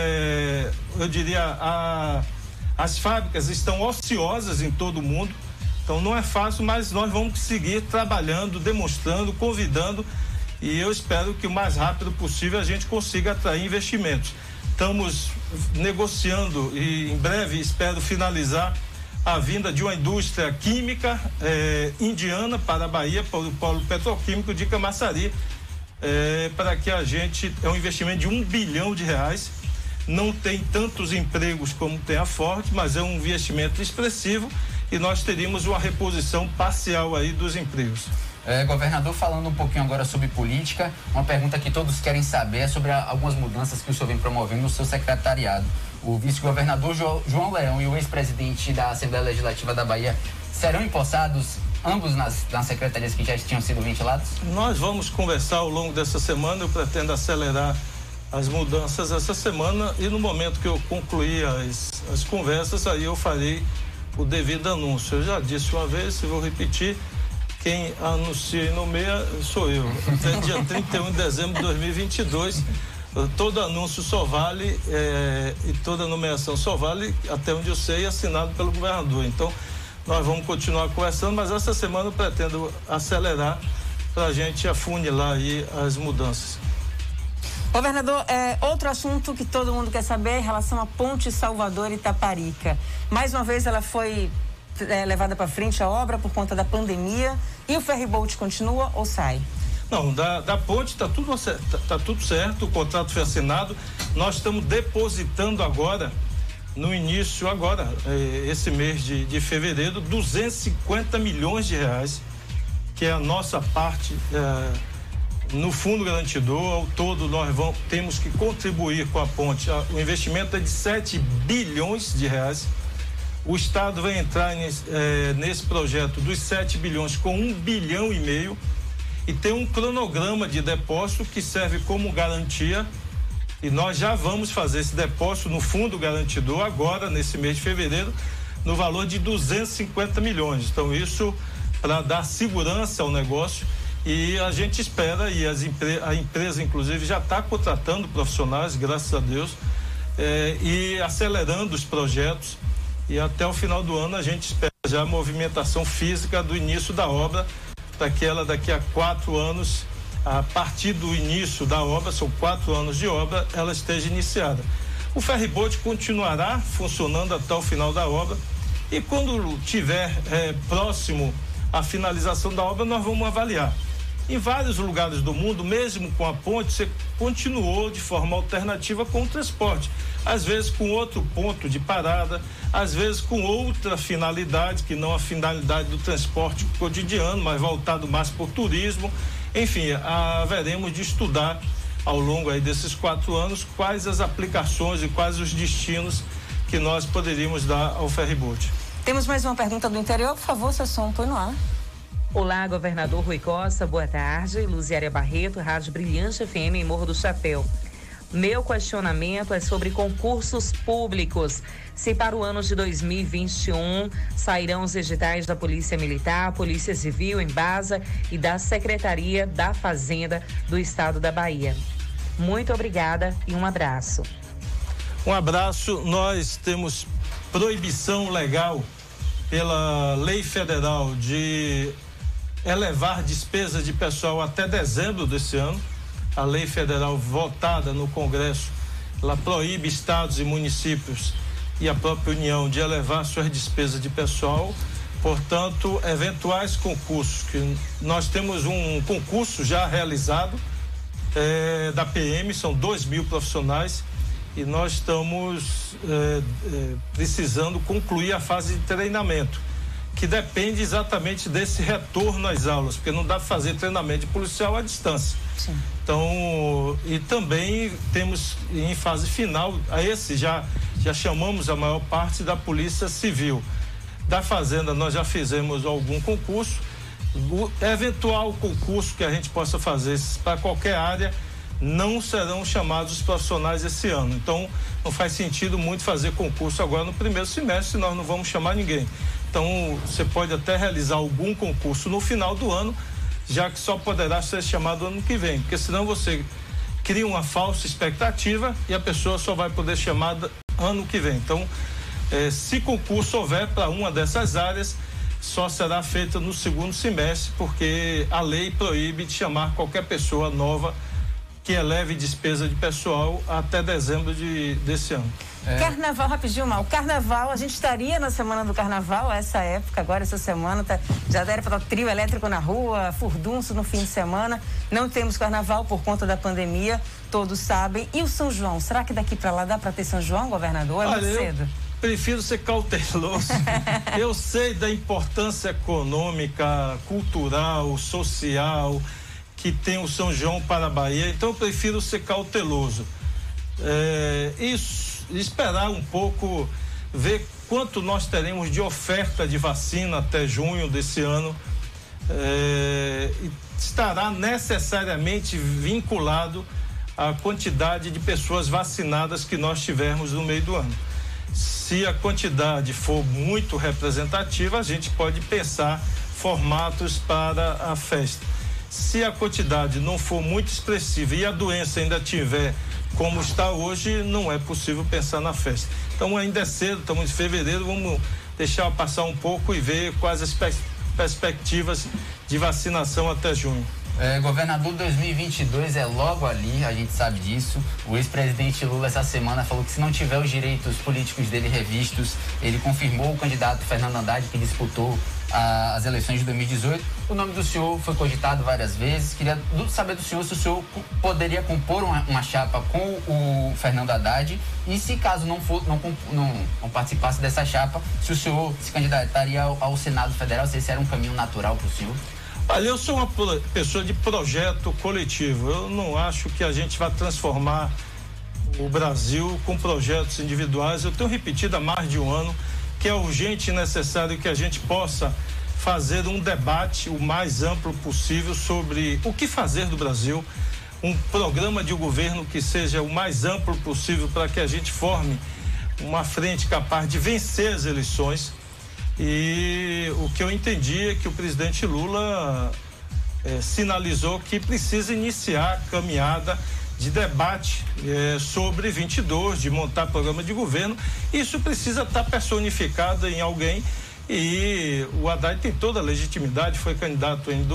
eu diria, as fábricas estão ociosas em todo o mundo, então não é fácil, mas nós vamos seguir trabalhando, demonstrando, convidando, e eu espero que o mais rápido possível a gente consiga atrair investimentos. Estamos negociando e em breve espero finalizar a vinda de uma indústria química indiana para a Bahia, para o polo petroquímico de Camaçari, para que a gente, é um investimento de R$1 bilhão, não tem tantos empregos como tem a Ford, mas é um investimento expressivo e nós teríamos uma reposição parcial aí dos empregos. Governador, falando um pouquinho agora sobre política, uma pergunta que todos querem saber é sobre algumas mudanças que o senhor vem promovendo no seu secretariado. O vice-governador João Leão e o ex-presidente da Assembleia Legislativa da Bahia serão empossados ambos nas secretarias que já tinham sido ventiladas? Nós vamos conversar ao longo dessa semana, eu pretendo acelerar as mudanças essa semana e no momento que eu concluir as conversas, aí eu farei o devido anúncio. Eu já disse uma vez, e vou repetir, quem anuncia e nomeia sou eu. Até dia 31 de dezembro de 2022, todo anúncio só vale e toda nomeação só vale, até onde eu sei, assinado pelo governador. Então, nós vamos continuar conversando, mas essa semana eu pretendo acelerar para a gente afunilar aí as mudanças. Governador, outro assunto que todo mundo quer saber é em relação à Ponte Salvador Itaparica. Mais uma vez ela foi levada para frente a obra por conta da pandemia e o ferryboat continua ou sai? Não, da ponte está tudo certo, o contrato foi assinado, nós estamos depositando agora, no início agora, esse mês de fevereiro, 250 milhões de reais, que é a nossa parte no fundo garantidor. Ao todo nós temos que contribuir com a ponte, o investimento é de 7 bilhões de reais. O Estado vai entrar nesse projeto dos 7 bilhões com 1,5 bilhão e tem um cronograma de depósito que serve como garantia e nós já vamos fazer esse depósito no fundo garantidor agora, nesse mês de fevereiro, no valor de 250 milhões. Então isso para dar segurança ao negócio e a gente espera, e a empresa inclusive já está contratando profissionais, graças a Deus, e acelerando os projetos. E até o final do ano a gente espera já a movimentação física do início da obra, para que ela daqui a 4 anos, a partir do início da obra, são 4 anos de obra, ela esteja iniciada. O ferryboat continuará funcionando até o final da obra e quando tiver próximo à finalização da obra, nós vamos avaliar. Em vários lugares do mundo, mesmo com a ponte, você continuou de forma alternativa com o transporte. Às vezes com outro ponto de parada, às vezes com outra finalidade, que não a finalidade do transporte cotidiano, mas voltado mais por turismo. Enfim, haveremos de estudar ao longo aí desses 4 anos quais as aplicações e quais os destinos que nós poderíamos dar ao ferryboat. Temos mais uma pergunta do interior, por favor, seu som, põe no ar. Olá, governador Rui Costa, boa tarde. Luziária Barreto, Rádio Brilhante FM em Morro do Chapéu. Meu questionamento é sobre concursos públicos. Se para o ano de 2021 sairão os editais da Polícia Militar, Polícia Civil, Embasa e da Secretaria da Fazenda do Estado da Bahia. Muito obrigada e um abraço. Um abraço. Nós temos proibição legal pela lei federal de elevar despesas de pessoal até dezembro desse ano. A lei federal votada no Congresso, ela proíbe estados e municípios e a própria União de elevar suas despesas de pessoal. Portanto, eventuais concursos, que nós temos um concurso já realizado da PM, são 2.000 profissionais e nós estamos precisando concluir a fase de treinamento, que depende exatamente desse retorno às aulas, porque não dá para fazer treinamento de policial à distância. Sim. Então, e também temos em fase final, a esse já chamamos a maior parte da Polícia Civil. Da Fazenda nós já fizemos algum concurso, o eventual concurso que a gente possa fazer para qualquer área, não serão chamados os profissionais esse ano. Então, não faz sentido muito fazer concurso agora no primeiro semestre, nós não vamos chamar ninguém. Então, você pode até realizar algum concurso no final do ano, já que só poderá ser chamado ano que vem, porque senão você cria uma falsa expectativa e a pessoa só vai poder chamada ano que vem. Então, se concurso houver para uma dessas áreas, só será feita no segundo semestre, porque a lei proíbe de chamar qualquer pessoa nova que eleve despesa de pessoal até dezembro desse ano. Carnaval, rapidinho, Mal. Carnaval, a gente estaria na semana do carnaval, essa época, agora essa semana, já era para trio elétrico na rua, furdunço no fim de semana. Não temos carnaval por conta da pandemia, todos sabem. E o São João, será que daqui para lá dá para ter São João, governador? É muito cedo. Prefiro ser cauteloso. Eu sei da importância econômica, cultural, social que tem o São João para a Bahia, então eu prefiro ser cauteloso. Esperar um pouco, ver quanto nós teremos de oferta de vacina até junho desse ano. Estará necessariamente vinculado à quantidade de pessoas vacinadas que nós tivermos no meio do ano. Se a quantidade for muito representativa, a gente pode pensar formatos para a festa. Se a quantidade não for muito expressiva e a doença ainda tiver como está hoje, não é possível pensar na festa. Então ainda é cedo, estamos em fevereiro, vamos deixar passar um pouco e ver quais as perspectivas de vacinação até junho. Governador, 2022 é logo ali, a gente sabe disso. O ex-presidente Lula essa semana falou que se não tiver os direitos políticos dele revistos, ele confirmou o candidato Fernando Haddad, que disputou as eleições de 2018. O nome do senhor foi cogitado várias vezes. Queria saber do senhor se o senhor poderia compor uma chapa com o Fernando Haddad e, se caso não participasse dessa chapa, se o senhor se candidataria ao Senado Federal, se esse era um caminho natural para o senhor. Olha, eu sou uma pessoa de projeto coletivo. Eu não acho que a gente vai transformar o Brasil com projetos individuais. Eu tenho repetido há mais de um ano que é urgente e necessário que a gente possa fazer um debate o mais amplo possível sobre o que fazer do Brasil, um programa de governo que seja o mais amplo possível para que a gente forme uma frente capaz de vencer as eleições. E o que eu entendi é que o presidente Lula sinalizou que precisa iniciar a caminhada de debate sobre 22, de montar programa de governo. Isso precisa estar personificado em alguém e o Haddad tem toda a legitimidade, foi candidato em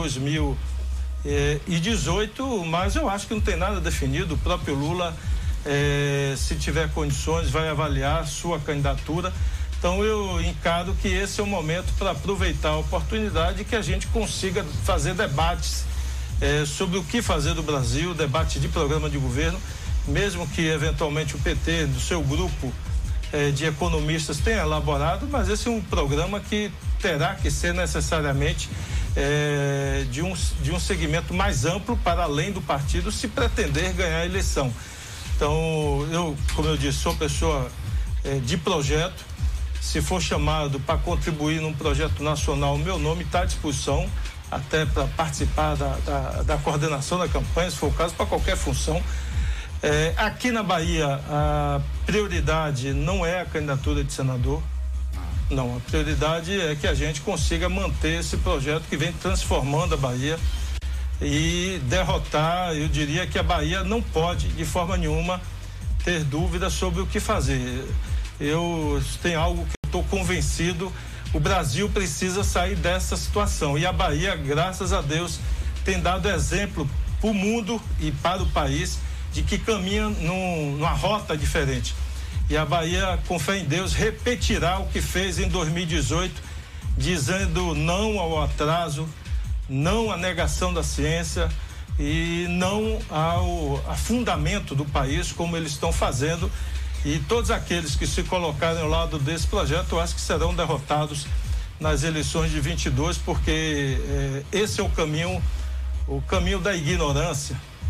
2018, mas eu acho que não tem nada definido. O próprio Lula, se tiver condições, vai avaliar sua candidatura. Então eu encaro que esse é o momento para aproveitar a oportunidade que a gente consiga fazer debates sobre o que fazer do Brasil, debate de programa de governo, mesmo que eventualmente o PT, do seu grupo de economistas, tenha elaborado, mas esse é um programa que terá que ser necessariamente de um segmento mais amplo para além do partido, se pretender ganhar a eleição. Então, eu, como eu disse, sou pessoa de projeto. Se for chamado para contribuir num projeto nacional, meu nome está à disposição, até para participar da coordenação da campanha, se for o caso, para qualquer função. Aqui na Bahia, a prioridade não é a candidatura de senador. Não, a prioridade é que a gente consiga manter esse projeto que vem transformando a Bahia e derrotar. Eu diria que a Bahia não pode, de forma nenhuma, ter dúvida sobre o que fazer. Eu tenho algo que eu estou convencido, o Brasil precisa sair dessa situação e a Bahia, graças a Deus, tem dado exemplo para o mundo e para o país de que caminha numa rota diferente. E a Bahia, com fé em Deus, repetirá o que fez em 2018, dizendo não ao atraso, não à negação da ciência e não ao afundamento do país, como eles estão fazendo. E todos aqueles que se colocarem ao lado desse projeto, eu acho que serão derrotados nas eleições de 22, porque esse é o caminho da ignorância.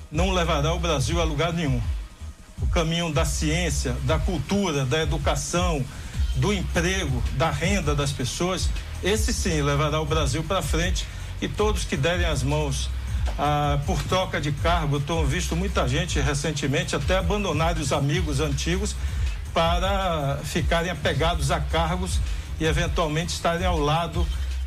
não levará o Brasil a lugar nenhum. O caminho da ciência, da cultura, da educação, do emprego, da renda das pessoas, esse sim levará o Brasil para frente, e todos que derem as mãos por troca de cargo, eu tenho visto muita gente recentemente até abandonar os amigos antigos para ficarem apegados a cargos e eventualmente estarem ao lado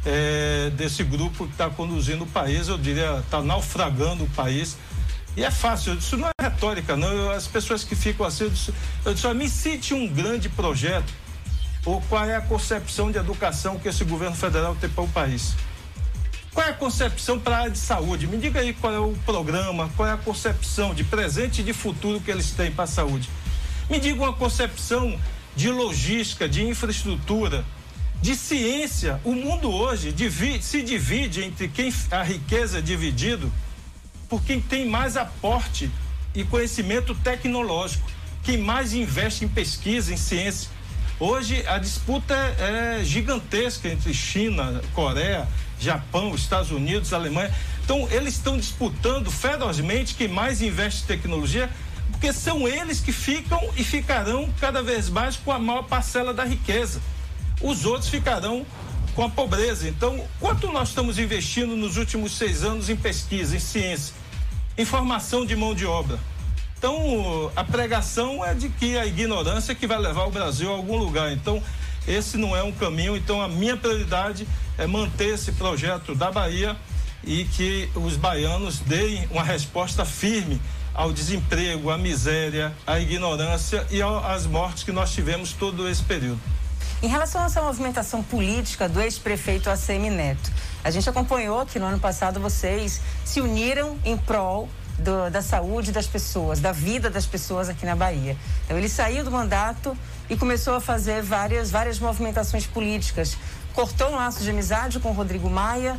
desse grupo que está conduzindo o país, eu diria, está naufragando o país. E é fácil, isso não é retórica, não. As pessoas que ficam assim, eu disse, me cite um grande projeto, ou qual é a concepção de educação que esse governo federal tem para o país. Qual é a concepção para a área de saúde? Me diga aí qual é o programa, qual é a concepção de presente e de futuro que eles têm para a saúde. Me diga uma concepção de logística, de infraestrutura, de ciência. O mundo hoje se divide entre quem a riqueza é dividido por quem tem mais aporte e conhecimento tecnológico, quem mais investe em pesquisa, em ciência. Hoje a disputa é gigantesca entre China, Coreia, Japão, Estados Unidos, Alemanha. Então eles estão disputando ferozmente quem mais investe em tecnologia, porque são eles que ficam e ficarão cada vez mais com a maior parcela da riqueza. Os outros ficarão com a pobreza. Então, quanto nós estamos investindo nos últimos 6 anos em pesquisa, em ciência, em formação de mão de obra? Então, a pregação é de que a ignorância é que vai levar o Brasil a algum lugar. Então, esse não é um caminho. Então, a minha prioridade é manter esse projeto da Bahia e que os baianos deem uma resposta firme ao desemprego, à miséria, à ignorância e às mortes que nós tivemos todo esse período. Em relação a essa movimentação política do ex-prefeito ACM Neto, a gente acompanhou que no ano passado vocês se uniram em prol da saúde das pessoas, da vida das pessoas aqui na Bahia. Então ele saiu do mandato e começou a fazer várias movimentações políticas. Cortou um laço de amizade com o Rodrigo Maia,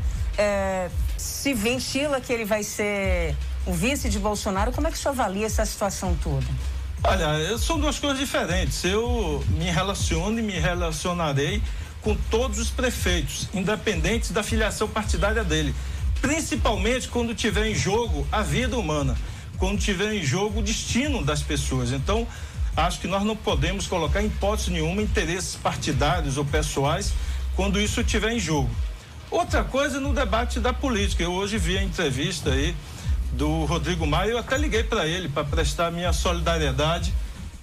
se ventila que ele vai ser o vice de Bolsonaro. Como é que o senhor avalia essa situação toda? Olha, são duas coisas diferentes. Eu me relaciono e me relacionarei com todos os prefeitos, independentes da filiação partidária dele. Principalmente quando tiver em jogo a vida humana, quando tiver em jogo o destino das pessoas. Então, acho que nós não podemos colocar em hipótese nenhuma interesses partidários ou pessoais quando isso estiver em jogo. Outra coisa no debate da política. Eu hoje vi a entrevista aí do Rodrigo Maia, eu até liguei para ele para prestar minha solidariedade,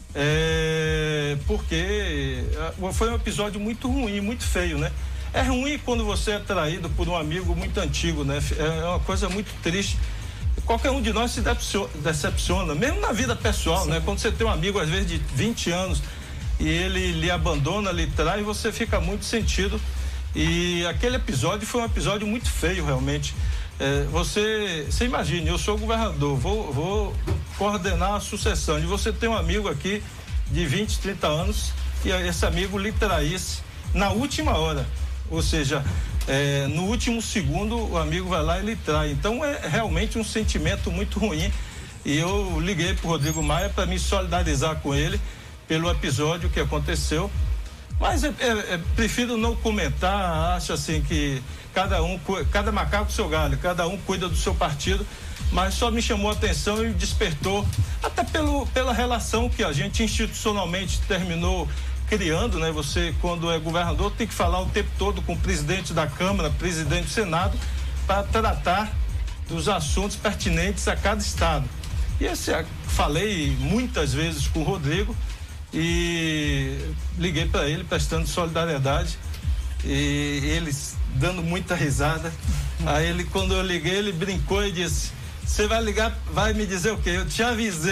porque foi um episódio muito ruim, muito feio, né? É ruim quando você é traído por um amigo muito antigo, né? É uma coisa muito triste. Qualquer um de nós se decepciona, mesmo na vida pessoal, sim, né? Quando você tem um amigo, às vezes, de 20 anos e ele lhe abandona, lhe trai, você fica muito sentido. E aquele episódio foi um episódio muito feio, realmente. Você imagine, eu sou governador, vou coordenar a sucessão, e você tem um amigo aqui de 20, 30 anos e esse amigo lhe traísse na última hora, ou seja, no último segundo o amigo vai lá e lhe trai. Então é realmente um sentimento muito ruim, e eu liguei para o Rodrigo Maia para me solidarizar com ele pelo episódio que aconteceu, mas prefiro não comentar. Acho assim que cada macaco seu galho, cada um cuida do seu partido, mas só me chamou a atenção e despertou, até pela relação que a gente institucionalmente terminou criando, né? Você, quando é governador, tem que falar o tempo todo com o presidente da Câmara, presidente do Senado, para tratar dos assuntos pertinentes a cada estado. E falei muitas vezes com o Rodrigo e liguei para ele prestando solidariedade, e eles dando muita risada. Aí ele, quando eu liguei, ele brincou e disse: você vai ligar, vai me dizer o quê? Eu te avisei.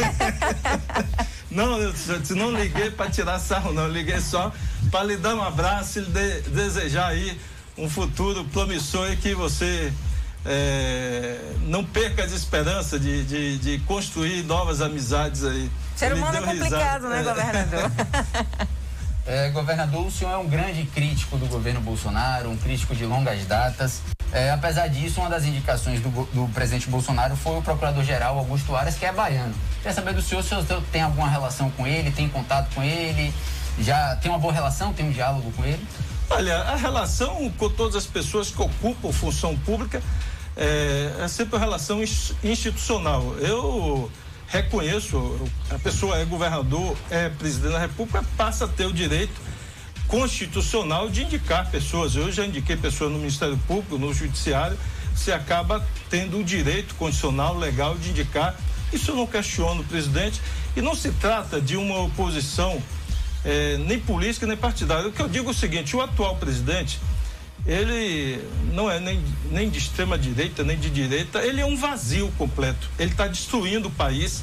Não, eu não liguei para tirar sarro, não. Eu liguei só para lhe dar um abraço e lhe desejar aí um futuro promissor, e que você não perca as esperanças de construir novas amizades aí. Ser humano é complicado, né, governador? Governador, o senhor é um grande crítico do governo Bolsonaro, um crítico de longas datas. Apesar disso, uma das indicações do presidente Bolsonaro foi o procurador-geral Augusto Aras, que é baiano. Queria saber do senhor se o senhor tem alguma relação com ele, tem contato com ele, já tem uma boa relação, tem um diálogo com ele? Olha, a relação com todas as pessoas que ocupam função pública é sempre uma relação institucional. Eu reconheço, a pessoa é governador, é presidente da República, passa a ter o direito constitucional de indicar pessoas. Eu já indiquei pessoas no Ministério Público, no Judiciário. Você acaba tendo o direito constitucional, legal de indicar. Isso eu não questiono o presidente. E não se trata de uma oposição nem política, nem partidária. O que eu digo é o seguinte: o atual presidente, ele não é nem de extrema direita, nem de direita, ele é um vazio completo. Ele está destruindo o país,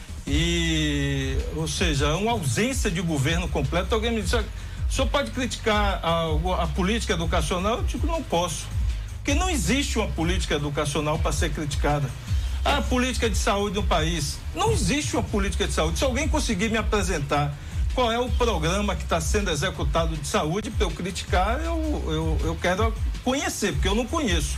ou seja, é uma ausência de governo completo. Alguém me disse: o senhor pode criticar a política educacional? Eu digo: não posso, porque não existe uma política educacional para ser criticada. A política de saúde no país, não existe uma política de saúde. Se alguém conseguir me apresentar qual é o programa que está sendo executado de saúde para eu criticar, eu quero conhecer, porque eu não conheço.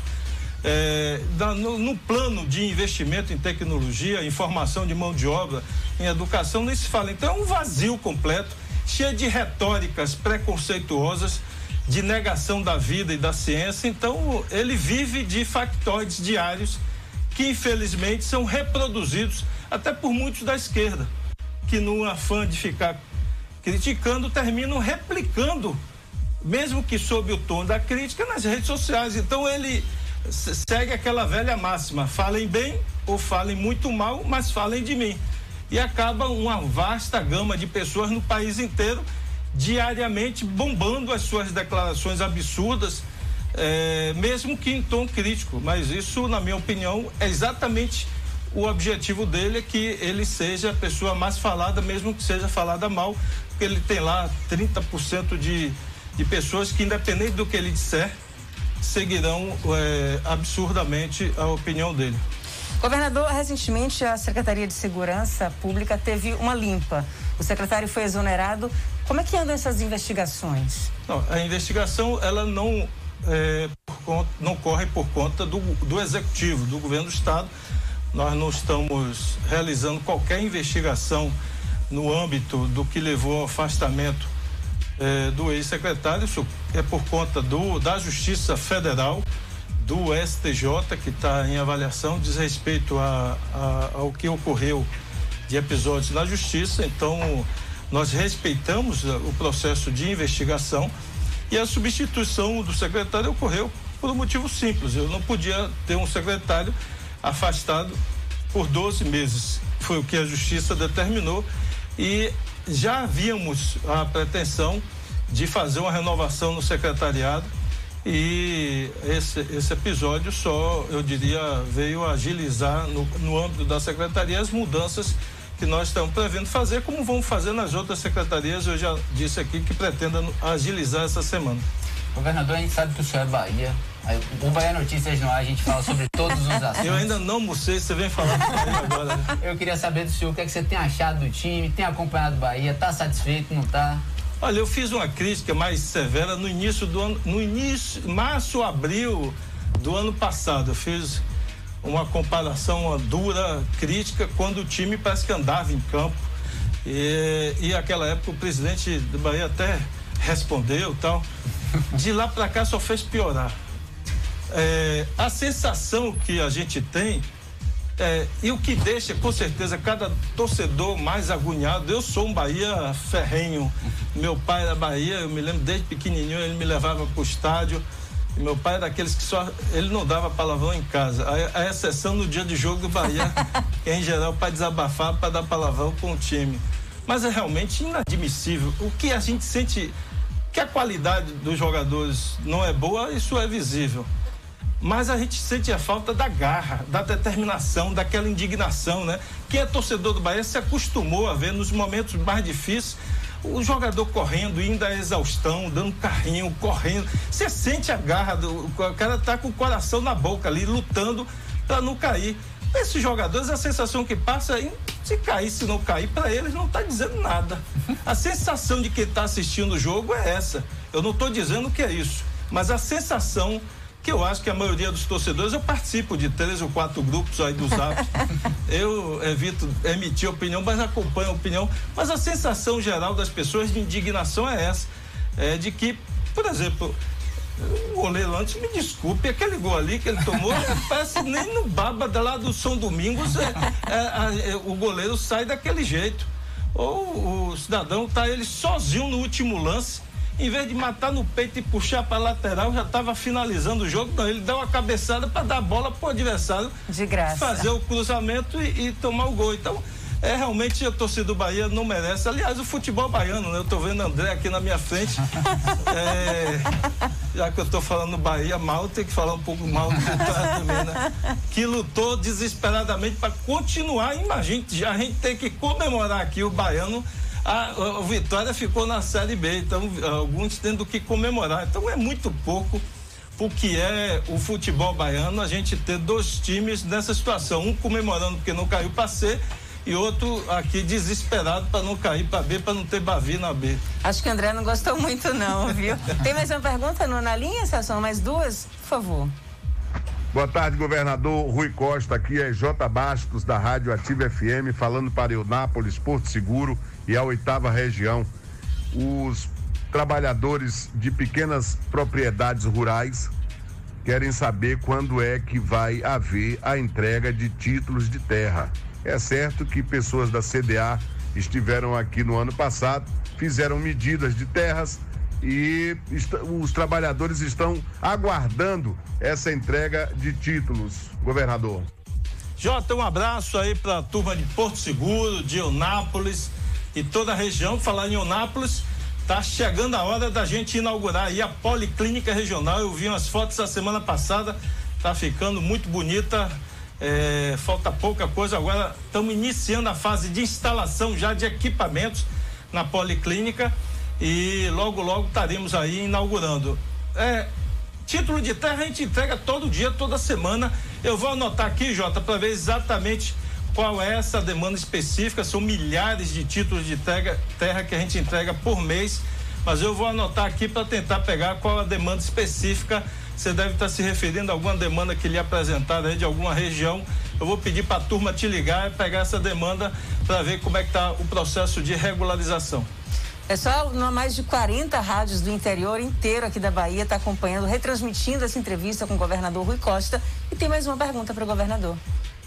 No plano de investimento em tecnologia, em formação de mão de obra, em educação, não se fala. Então é um vazio completo, cheio de retóricas preconceituosas, de negação da vida e da ciência. Então ele vive de factóides diários que infelizmente são reproduzidos até por muitos da esquerda, que no afã de ficar criticando, terminam replicando, mesmo que sob o tom da crítica, nas redes sociais. Então ele segue aquela velha máxima: falem bem ou falem muito mal, mas falem de mim. E acaba uma vasta gama de pessoas no país inteiro diariamente bombando as suas declarações absurdas, mesmo que em tom crítico. Mas isso, na minha opinião, é exatamente o objetivo dele, é que ele seja a pessoa mais falada, mesmo que seja falada mal, porque ele tem lá 30% de pessoas que, independente do que ele disser, seguirão absurdamente a opinião dele. Governador, recentemente a Secretaria de Segurança Pública teve uma limpa. O secretário foi exonerado. Como é que andam essas investigações? Não, a investigação, ela não corre por conta do Executivo, do Governo do Estado. Nós não estamos realizando qualquer investigação no âmbito do que levou ao afastamento do ex-secretário. Isso é por conta da Justiça Federal, do STJ, que está em avaliação, diz respeito ao que ocorreu de episódios na Justiça. Então, nós respeitamos o processo de investigação, e a substituição do secretário ocorreu por um motivo simples: eu não podia ter um secretário afastado por 12 meses. Foi o que a Justiça determinou, e já havíamos a pretensão de fazer uma renovação no secretariado, e esse episódio só, eu diria, veio agilizar no âmbito da secretaria as mudanças que nós estamos prevendo fazer, como vamos fazer nas outras secretarias. Eu já disse aqui que pretendo agilizar essa semana. Governador, a gente sabe que o senhor é Bahia. O Bahia Notícias no ar, a gente fala sobre todos os assuntos. Eu ainda não almocei, você vem falar do Bahia agora, né? Eu queria saber do senhor o que é que você tem achado do time, tem acompanhado o Bahia, está satisfeito, não está? Olha, eu fiz uma crítica mais severa no início do ano, março, abril do ano passado. Eu fiz uma comparação, uma dura crítica, quando o time parece que andava em campo. E naquela época o presidente do Bahia até respondeu e tal. De lá para cá só fez piorar. A sensação que a gente tem, e o que deixa com certeza cada torcedor mais agoniado. Eu sou um Bahia ferrenho, meu pai era Bahia, eu me lembro desde pequenininho, ele me levava para o estádio. E meu pai era daqueles que ele não dava palavrão em casa, a exceção no dia de jogo do Bahia, que em geral para desabafar, para dar palavrão com o time. Mas é realmente inadmissível. O que a gente sente, que a qualidade dos jogadores não é boa, isso é visível. Mas a gente sente a falta da garra, da determinação, daquela indignação, né? Quem é torcedor do Bahia se acostumou a ver nos momentos mais difíceis o jogador correndo, indo à exaustão, dando carrinho, correndo. Você sente a garra, o cara tá com o coração na boca ali, lutando para não cair. Esses jogadores, a sensação que passa é, se cair, se não cair, para eles não está dizendo nada. A sensação de quem está assistindo o jogo é essa. Eu não estou dizendo que é isso, mas a sensação que eu acho que a maioria dos torcedores, eu participo de 3 ou 4 grupos aí do Zap, eu evito emitir opinião, mas acompanho a opinião, mas a sensação geral das pessoas de indignação é essa, de que, por exemplo, O goleiro antes, me desculpe, aquele gol ali que ele tomou, parece nem no baba lá do São Domingos, o goleiro sai daquele jeito. Ou o cidadão tá ele sozinho no último lance, em vez de matar no peito e puxar para lateral, já estava finalizando o jogo. Não, ele dá uma cabeçada para dar a bola pro adversário, de graça, fazer o cruzamento e tomar o gol. Então, realmente a torcida do Bahia não merece. Aliás, o futebol baiano, né? Eu tô vendo André aqui na minha frente. Já que eu tô falando Bahia mal, tem que falar um pouco mal do Vitória também, né? Que lutou desesperadamente para continuar. Imagina, a gente tem que comemorar aqui o baiano. A Vitória ficou na Série B, então alguns tendo que comemorar. Então é muito pouco o que é o futebol baiano, a gente ter dois times nessa situação, um comemorando porque não caiu para C e outro aqui desesperado para não cair para B, para não ter Bavi na B. Acho que o André não gostou muito não, viu? Tem mais uma pergunta na linha, Celso? Mais duas? Por favor. Boa tarde, governador Rui Costa, aqui é J. Bastos da Rádio Ativa FM, falando para Eunápolis, Porto Seguro e a 8ª região. Os trabalhadores de pequenas propriedades rurais querem saber quando é que vai haver a entrega de títulos de terra. É certo que pessoas da CDA estiveram aqui no ano passado, fizeram medidas de terras e os trabalhadores estão aguardando essa entrega de títulos, governador. Jota, um abraço aí para a turma de Porto Seguro, de Eunápolis e toda a região. Falar em Eunápolis, tá chegando a hora da gente inaugurar aí a Policlínica Regional. Eu vi umas fotos a semana passada, tá ficando muito bonita. Falta pouca coisa, agora estamos iniciando a fase de instalação já de equipamentos na Policlínica e logo estaremos aí inaugurando. Título de terra a gente entrega todo dia, toda semana. Eu vou anotar aqui, Jota, para ver exatamente qual é essa demanda específica. São milhares de títulos de terra que a gente entrega por mês, mas eu vou anotar aqui para tentar pegar qual a demanda específica. Você deve estar se referindo a alguma demanda que lhe apresentaram aí de alguma região. Eu vou pedir para a turma te ligar e pegar essa demanda para ver como é que está o processo de regularização. Pessoal, mais de 40 rádios do interior inteiro aqui da Bahia está acompanhando, retransmitindo essa entrevista com o governador Rui Costa. E tem mais uma pergunta para o governador.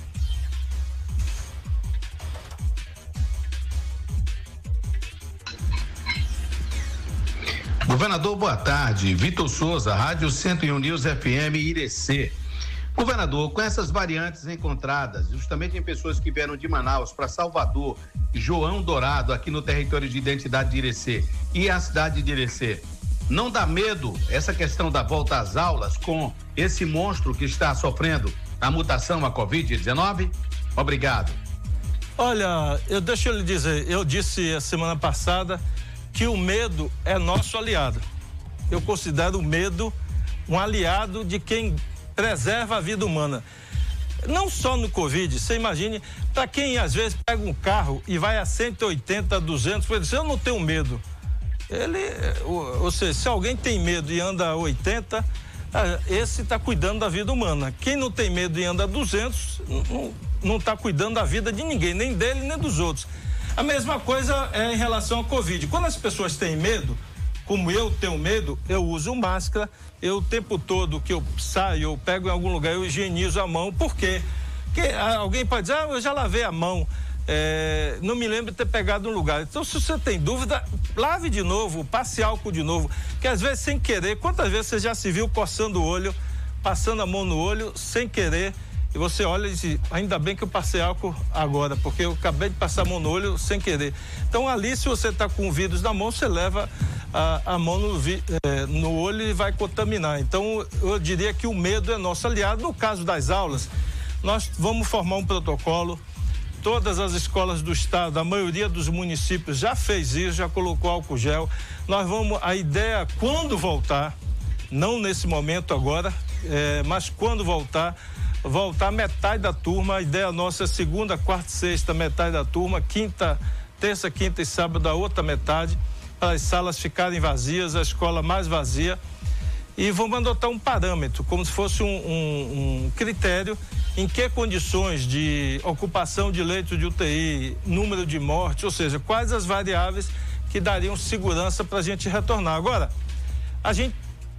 Governador, boa tarde. Vitor Souza, Rádio 101 News FM Irecê. Governador, com essas variantes encontradas, justamente em pessoas que vieram de Manaus para Salvador, João Dourado, aqui no território de identidade de Irecê, e a cidade de Irecê, não dá medo essa questão da volta às aulas com esse monstro que está sofrendo a mutação, a Covid-19? Obrigado. Olha, deixa eu lhe dizer, eu disse a semana passada que o medo é nosso aliado. Eu considero o medo um aliado de quem preserva a vida humana. Não só no Covid, você imagine, para quem às vezes pega um carro e vai a 180, 200, por exemplo, eu não tenho medo. Ou seja, se alguém tem medo e anda a 80, esse está cuidando da vida humana. Quem não tem medo e anda a 200, não está cuidando da vida de ninguém, nem dele, nem dos outros. A mesma coisa é em relação ao Covid. Quando as pessoas têm medo, como eu tenho medo, eu uso máscara. Eu o tempo todo que eu saio, eu pego em algum lugar, eu higienizo a mão. Por quê? Porque alguém pode dizer, eu já lavei a mão, não me lembro de ter pegado um lugar. Então, se você tem dúvida, lave de novo, passe álcool de novo. Porque às vezes, sem querer, quantas vezes você já se viu coçando o olho, passando a mão no olho, sem querer, e você olha e diz, ainda bem que eu passei álcool agora, porque eu acabei de passar a mão no olho sem querer. Então, ali, se você está com o vírus na mão, você leva a mão no olho e vai contaminar. Então, eu diria que o medo é nosso aliado. No caso das aulas, nós vamos formar um protocolo. Todas as escolas do estado, a maioria dos municípios já fez isso, já colocou álcool gel. A ideia, quando voltar, não nesse momento agora, mas quando voltar metade da turma. A ideia nossa é segunda, quarta e sexta, metade da turma, terça, quinta e sábado a outra metade, para as salas ficarem vazias, a escola mais vazia. E vamos adotar um parâmetro, como se fosse um critério em que condições de ocupação de leito de UTI, número de mortes, ou seja, quais as variáveis que dariam segurança para a gente retornar. Agora, a gente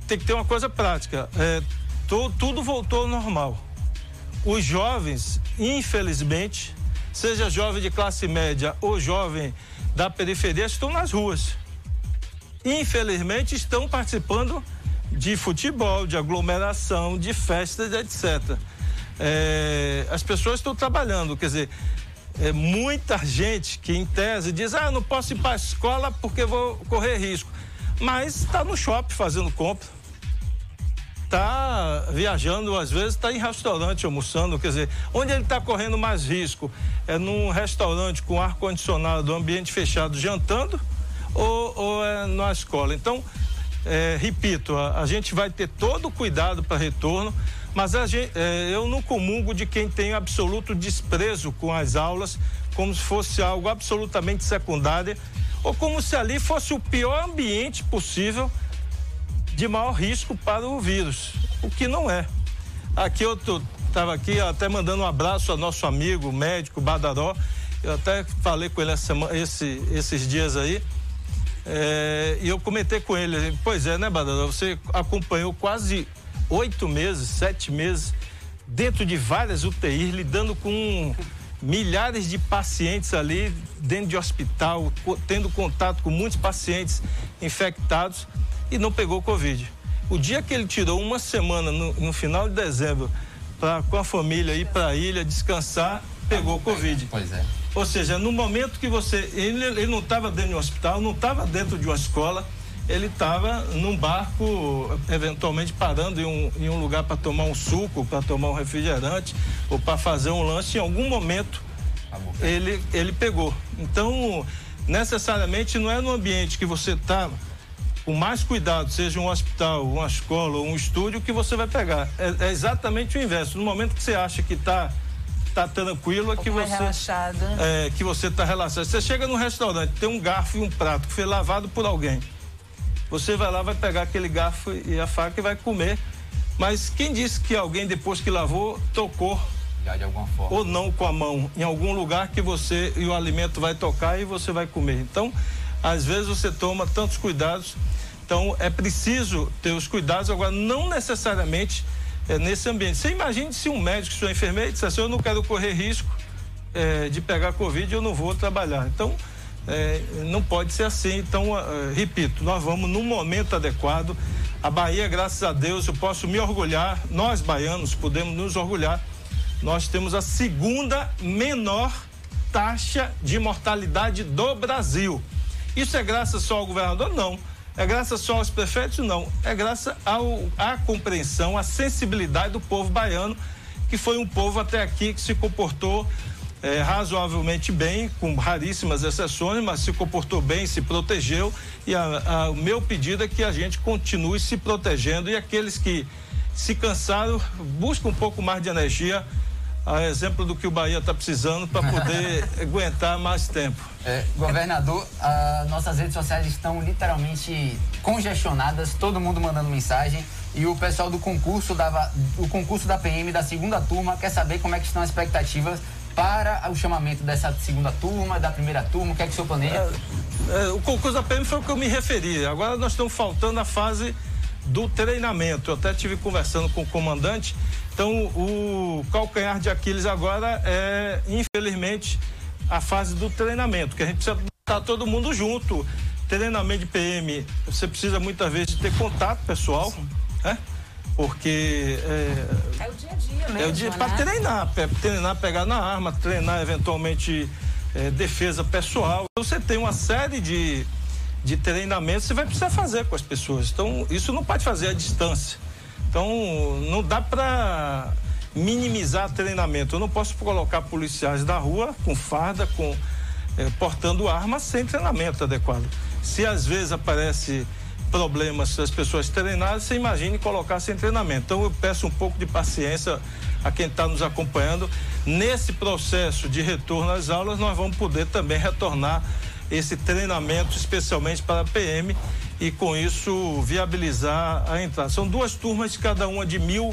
tem que ter uma coisa prática. Tudo voltou ao normal. Os jovens, infelizmente, seja jovem de classe média ou jovem da periferia, estão nas ruas. Infelizmente, estão participando de futebol, de aglomeração, de festas, etc. As pessoas estão trabalhando, quer dizer, muita gente que em tese diz, não posso ir para a escola porque vou correr risco, mas está no shopping fazendo compra, está viajando, às vezes está em restaurante almoçando, quer dizer, onde ele está correndo mais risco? É num restaurante com ar-condicionado, ambiente fechado, jantando, ou é na escola? Então, repito, a gente vai ter todo o cuidado para retorno, mas eu não comungo de quem tem absoluto desprezo com as aulas, como se fosse algo absolutamente secundário, ou como se ali fosse o pior ambiente possível de maior risco para o vírus, o que não é. Aqui eu estava aqui até mandando um abraço ao nosso amigo médico Badaró, eu até falei com ele esses dias aí, e eu comentei com ele, pois é, né, Badaró, você acompanhou quase 8 meses, 7 meses, dentro de várias UTIs, lidando com milhares de pacientes ali dentro de hospital, tendo contato com muitos pacientes infectados e não pegou Covid. O dia que ele tirou uma semana no final de dezembro com a família ir para a ilha descansar, pegou Covid. Pois é. Ou seja, no momento que ele não estava dentro de um hospital, não estava dentro de uma escola, ele estava num barco, eventualmente parando em um lugar para tomar um suco, para tomar um refrigerante ou para fazer um lanche. Em algum momento ele pegou. Então, necessariamente não é no ambiente que você está com mais cuidado, seja um hospital, uma escola ou um estúdio, que você vai pegar. É exatamente o inverso. No momento que você acha que está tranquilo, que você está relaxado. Você chega num restaurante, tem um garfo e um prato que foi lavado por alguém. Você vai lá, vai pegar aquele garfo e a faca e vai comer. Mas quem disse que alguém, depois que lavou, tocou já de alguma forma, ou não com a mão, em algum lugar que você e o alimento vai tocar e você vai comer? Então, às vezes você toma tantos cuidados. Então, é preciso ter os cuidados, agora não necessariamente nesse ambiente. Você imagine se um médico, se uma enfermeira dissesse, eu não quero correr risco de pegar Covid, eu não vou trabalhar. Então, não pode ser assim. Então, repito, nós vamos num momento adequado. A Bahia, graças a Deus, eu posso me orgulhar, nós baianos podemos nos orgulhar, nós temos a segunda menor taxa de mortalidade do Brasil. Isso é graças só ao governador? Não. É graças só aos prefeitos? Não. É graças à compreensão, à sensibilidade do povo baiano, que foi um povo até aqui que se comportou razoavelmente bem, com raríssimas exceções, mas se comportou bem, se protegeu, e o meu pedido é que a gente continue se protegendo, e aqueles que se cansaram, busquem um pouco mais de energia, a exemplo do que o Bahia está precisando para poder aguentar mais tempo. Governador, nossas redes sociais estão literalmente congestionadas, todo mundo mandando mensagem, e o pessoal do concurso da PM da segunda turma quer saber como é que estão as expectativas para o chamamento dessa segunda turma, da primeira turma, o que é que o senhor planeja? O concurso da PM foi o que eu me referi. Agora nós estamos faltando a fase do treinamento. Eu até estive conversando com o comandante. Então, o calcanhar de Aquiles agora é, infelizmente, a fase do treinamento, que a gente precisa estar todo mundo junto. Treinamento de PM, você precisa muitas vezes ter contato pessoal, né? Porque é o dia a dia mesmo, é o dia para treinar, pegar na arma, treinar eventualmente defesa pessoal. Você tem uma série de treinamentos que você vai precisar fazer com as pessoas. Então, isso não pode fazer à distância. Então, não dá para minimizar treinamento. Eu não posso colocar policiais na rua com farda, portando arma sem treinamento adequado. Se às vezes aparece problemas, se as pessoas treinarem, você imagine colocar sem treinamento. Então eu peço um pouco de paciência a quem está nos acompanhando. Nesse processo de retorno às aulas, nós vamos poder também retornar esse treinamento, especialmente para a PM, e com isso viabilizar a entrada. São 2 turmas, cada uma de 1.000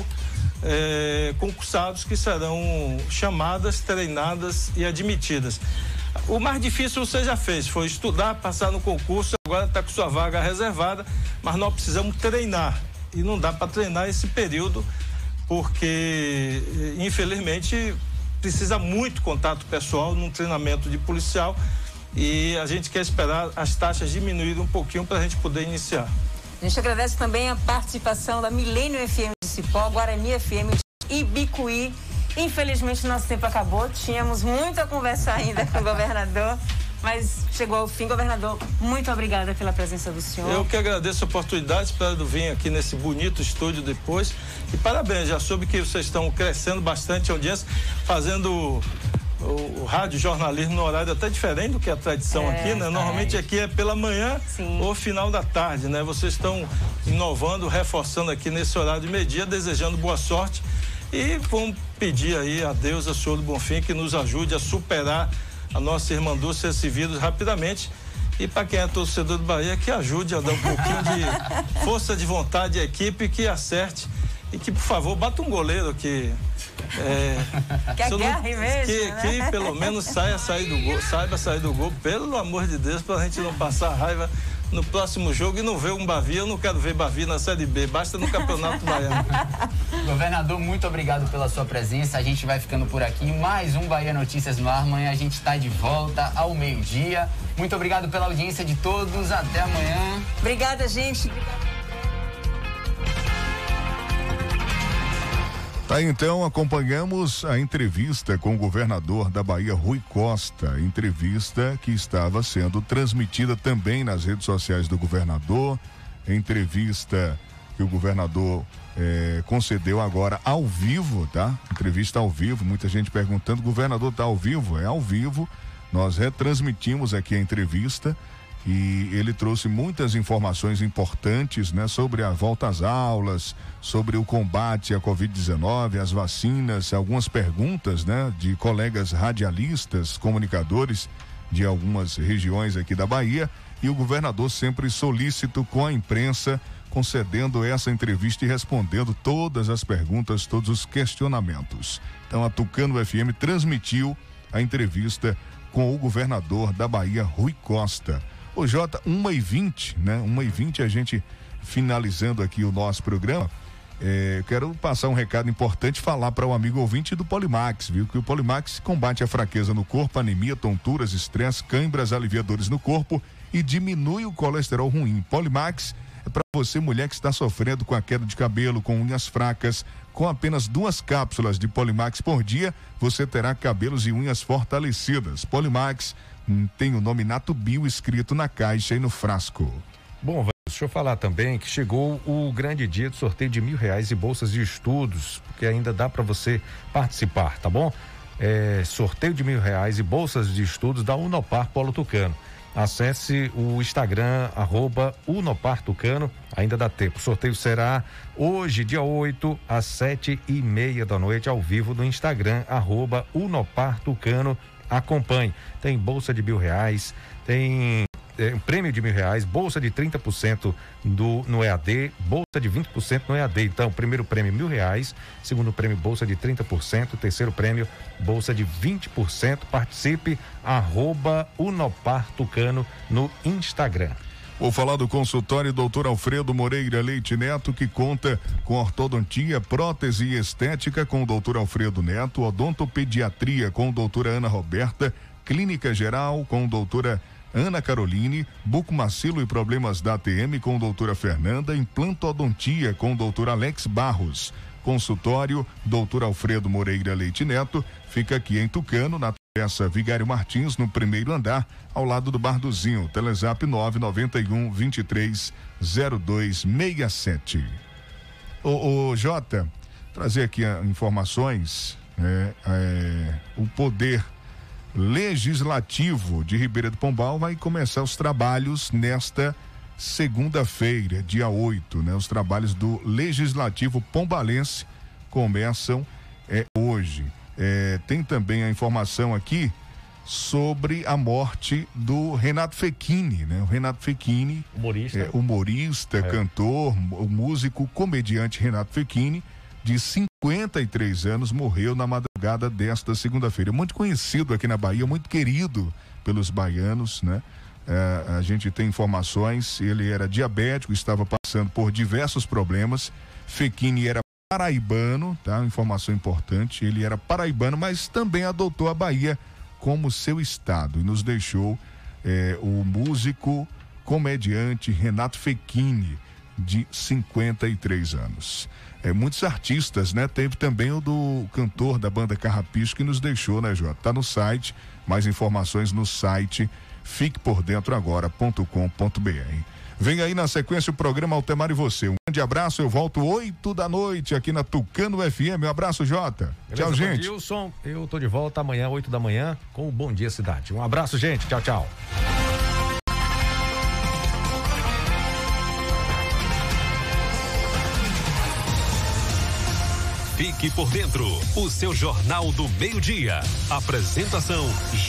concursados que serão chamadas, treinadas e admitidas. O mais difícil você já fez, foi estudar, passar no concurso, agora está com sua vaga reservada, mas nós precisamos treinar. E não dá para treinar esse período, porque, infelizmente, precisa muito contato pessoal num treinamento de policial, e a gente quer esperar as taxas diminuírem um pouquinho para a gente poder iniciar. A gente agradece também a participação da Milênio FM de Cipó, Guarani FM de Ibicuí. Infelizmente, nosso tempo acabou. Tínhamos muito a conversar ainda com o governador, mas chegou ao fim. Governador, muito obrigada pela presença do senhor. Eu que agradeço a oportunidade, espero vir aqui nesse bonito estúdio depois. E parabéns, já soube que vocês estão crescendo bastante a audiência, fazendo o rádio jornalismo no horário até diferente do que a tradição aqui, né? Normalmente aqui é pela manhã ou final da tarde, né? Vocês estão inovando, reforçando aqui nesse horário de meio-dia, desejando boa sorte, e vamos pedir aí a Deus, a Senhor do Bonfim, que nos ajude a superar a nossa irmandúcia, esse vírus rapidamente. E para quem é torcedor do Bahia, que ajude a dar um pouquinho de força de vontade à equipe, que acerte e que, por favor, bata um goleiro que que pelo menos saiba sair do gol, pelo amor de Deus, pra gente não passar raiva no próximo jogo e não ver um Bavi. Eu não quero ver Bavi na Série B, basta no Campeonato Baiano. Governador, muito obrigado pela sua presença. A gente vai ficando por aqui. Mais um Bahia Notícias no ar. Amanhã a gente está de volta ao meio-dia. Muito obrigado pela audiência de todos. Até amanhã. Obrigada, gente. Tá, então acompanhamos a entrevista com o governador da Bahia, Rui Costa, entrevista que estava sendo transmitida também nas redes sociais do governador, entrevista que o governador concedeu agora ao vivo, tá? Entrevista ao vivo, muita gente perguntando, governador, tá ao vivo? É ao vivo, nós retransmitimos aqui a entrevista e ele trouxe muitas informações importantes, né, sobre a volta às aulas, sobre o combate à Covid-19, as vacinas, algumas perguntas, né, de colegas radialistas, comunicadores de algumas regiões aqui da Bahia, e o governador sempre solícito com a imprensa, concedendo essa entrevista e respondendo todas as perguntas, todos os questionamentos. Então a Tucano FM transmitiu a entrevista com o governador da Bahia, Rui Costa. Ô Jota, 1h20, né? 1h20 a gente finalizando aqui o nosso programa. Quero passar um recado importante, falar para o amigo ouvinte do Polimax, viu? Que o Polimax combate a fraqueza no corpo, anemia, tonturas, estresse, câimbras, alivia dores no corpo e diminui o colesterol ruim. Polimax é para você, mulher que está sofrendo com a queda de cabelo, com unhas fracas. Com apenas 2 cápsulas de Polimax por dia, você terá cabelos e unhas fortalecidas. Polimax tem o nome Nato Bio escrito na caixa e no frasco. Bom, deixa eu falar também que chegou o grande dia do sorteio de R$1.000 e bolsas de estudos, porque ainda dá para você participar, tá bom? Sorteio de R$1.000 e bolsas de estudos da Unopar Polo Tucano. Acesse o Instagram, @UnoparTucano, ainda dá tempo. O sorteio será hoje, dia 8, às 7h30 da noite, ao vivo no Instagram, @UnoparTucano. Acompanhe. Tem bolsa de R$1.000, tem um prêmio de R$1.000, bolsa de 30% no EAD, bolsa de 20% no EAD. Então, primeiro prêmio R$1.000, segundo prêmio bolsa de 30%, terceiro prêmio bolsa de 20%. Participe, @UnoparTucano no Instagram. Vou falar do consultório Dr. Alfredo Moreira Leite Neto, que conta com ortodontia, prótese e estética com o Dr. Alfredo Neto, odontopediatria com a doutora Ana Roberta, clínica geral com a doutora Ana Caroline, bucomacilo e problemas da ATM com a doutora Fernanda, implantodontia com o doutor Alex Barros. Consultório Dr. Alfredo Moreira Leite Neto fica aqui em Tucano, na Travessa Vigário Martins, no primeiro andar, ao lado do Bar do Zinho. Telezap 991-230267. Ô Jota, trazer aqui informações, o Poder Legislativo de Ribeira do Pombal vai começar os trabalhos nesta segunda-feira, dia 8, né? Os trabalhos do Legislativo Pombalense começam hoje. Tem também a informação aqui sobre a morte do Renato Fechini, né? O Renato Fechini, humorista, cantor, o músico, comediante Renato Fechini, de 53 anos, morreu na madrugada desta segunda-feira. Muito conhecido aqui na Bahia, muito querido pelos baianos, né? A gente tem informações, ele era diabético, estava passando por diversos problemas. Fequini era paraibano, tá? Informação importante, ele era paraibano, mas também adotou a Bahia como seu estado e nos deixou o músico, comediante Renato Fequini, de 53 anos. Muitos artistas, né? Teve também o do cantor da banda Carrapicho que nos deixou, né, Jota? Tá no site, mais informações no site fiquepordentroagora.com.br. Vem aí na sequência o programa Altemar e Você. Um grande abraço, eu volto 8 da noite aqui na Tucano FM. Um abraço, Jota. Beleza, tchau, gente. Wilson, eu tô de volta amanhã, 8 da manhã, com o Bom Dia Cidade. Um abraço, gente. Tchau, tchau. Fique por dentro, o seu Jornal do Meio-Dia. Apresentação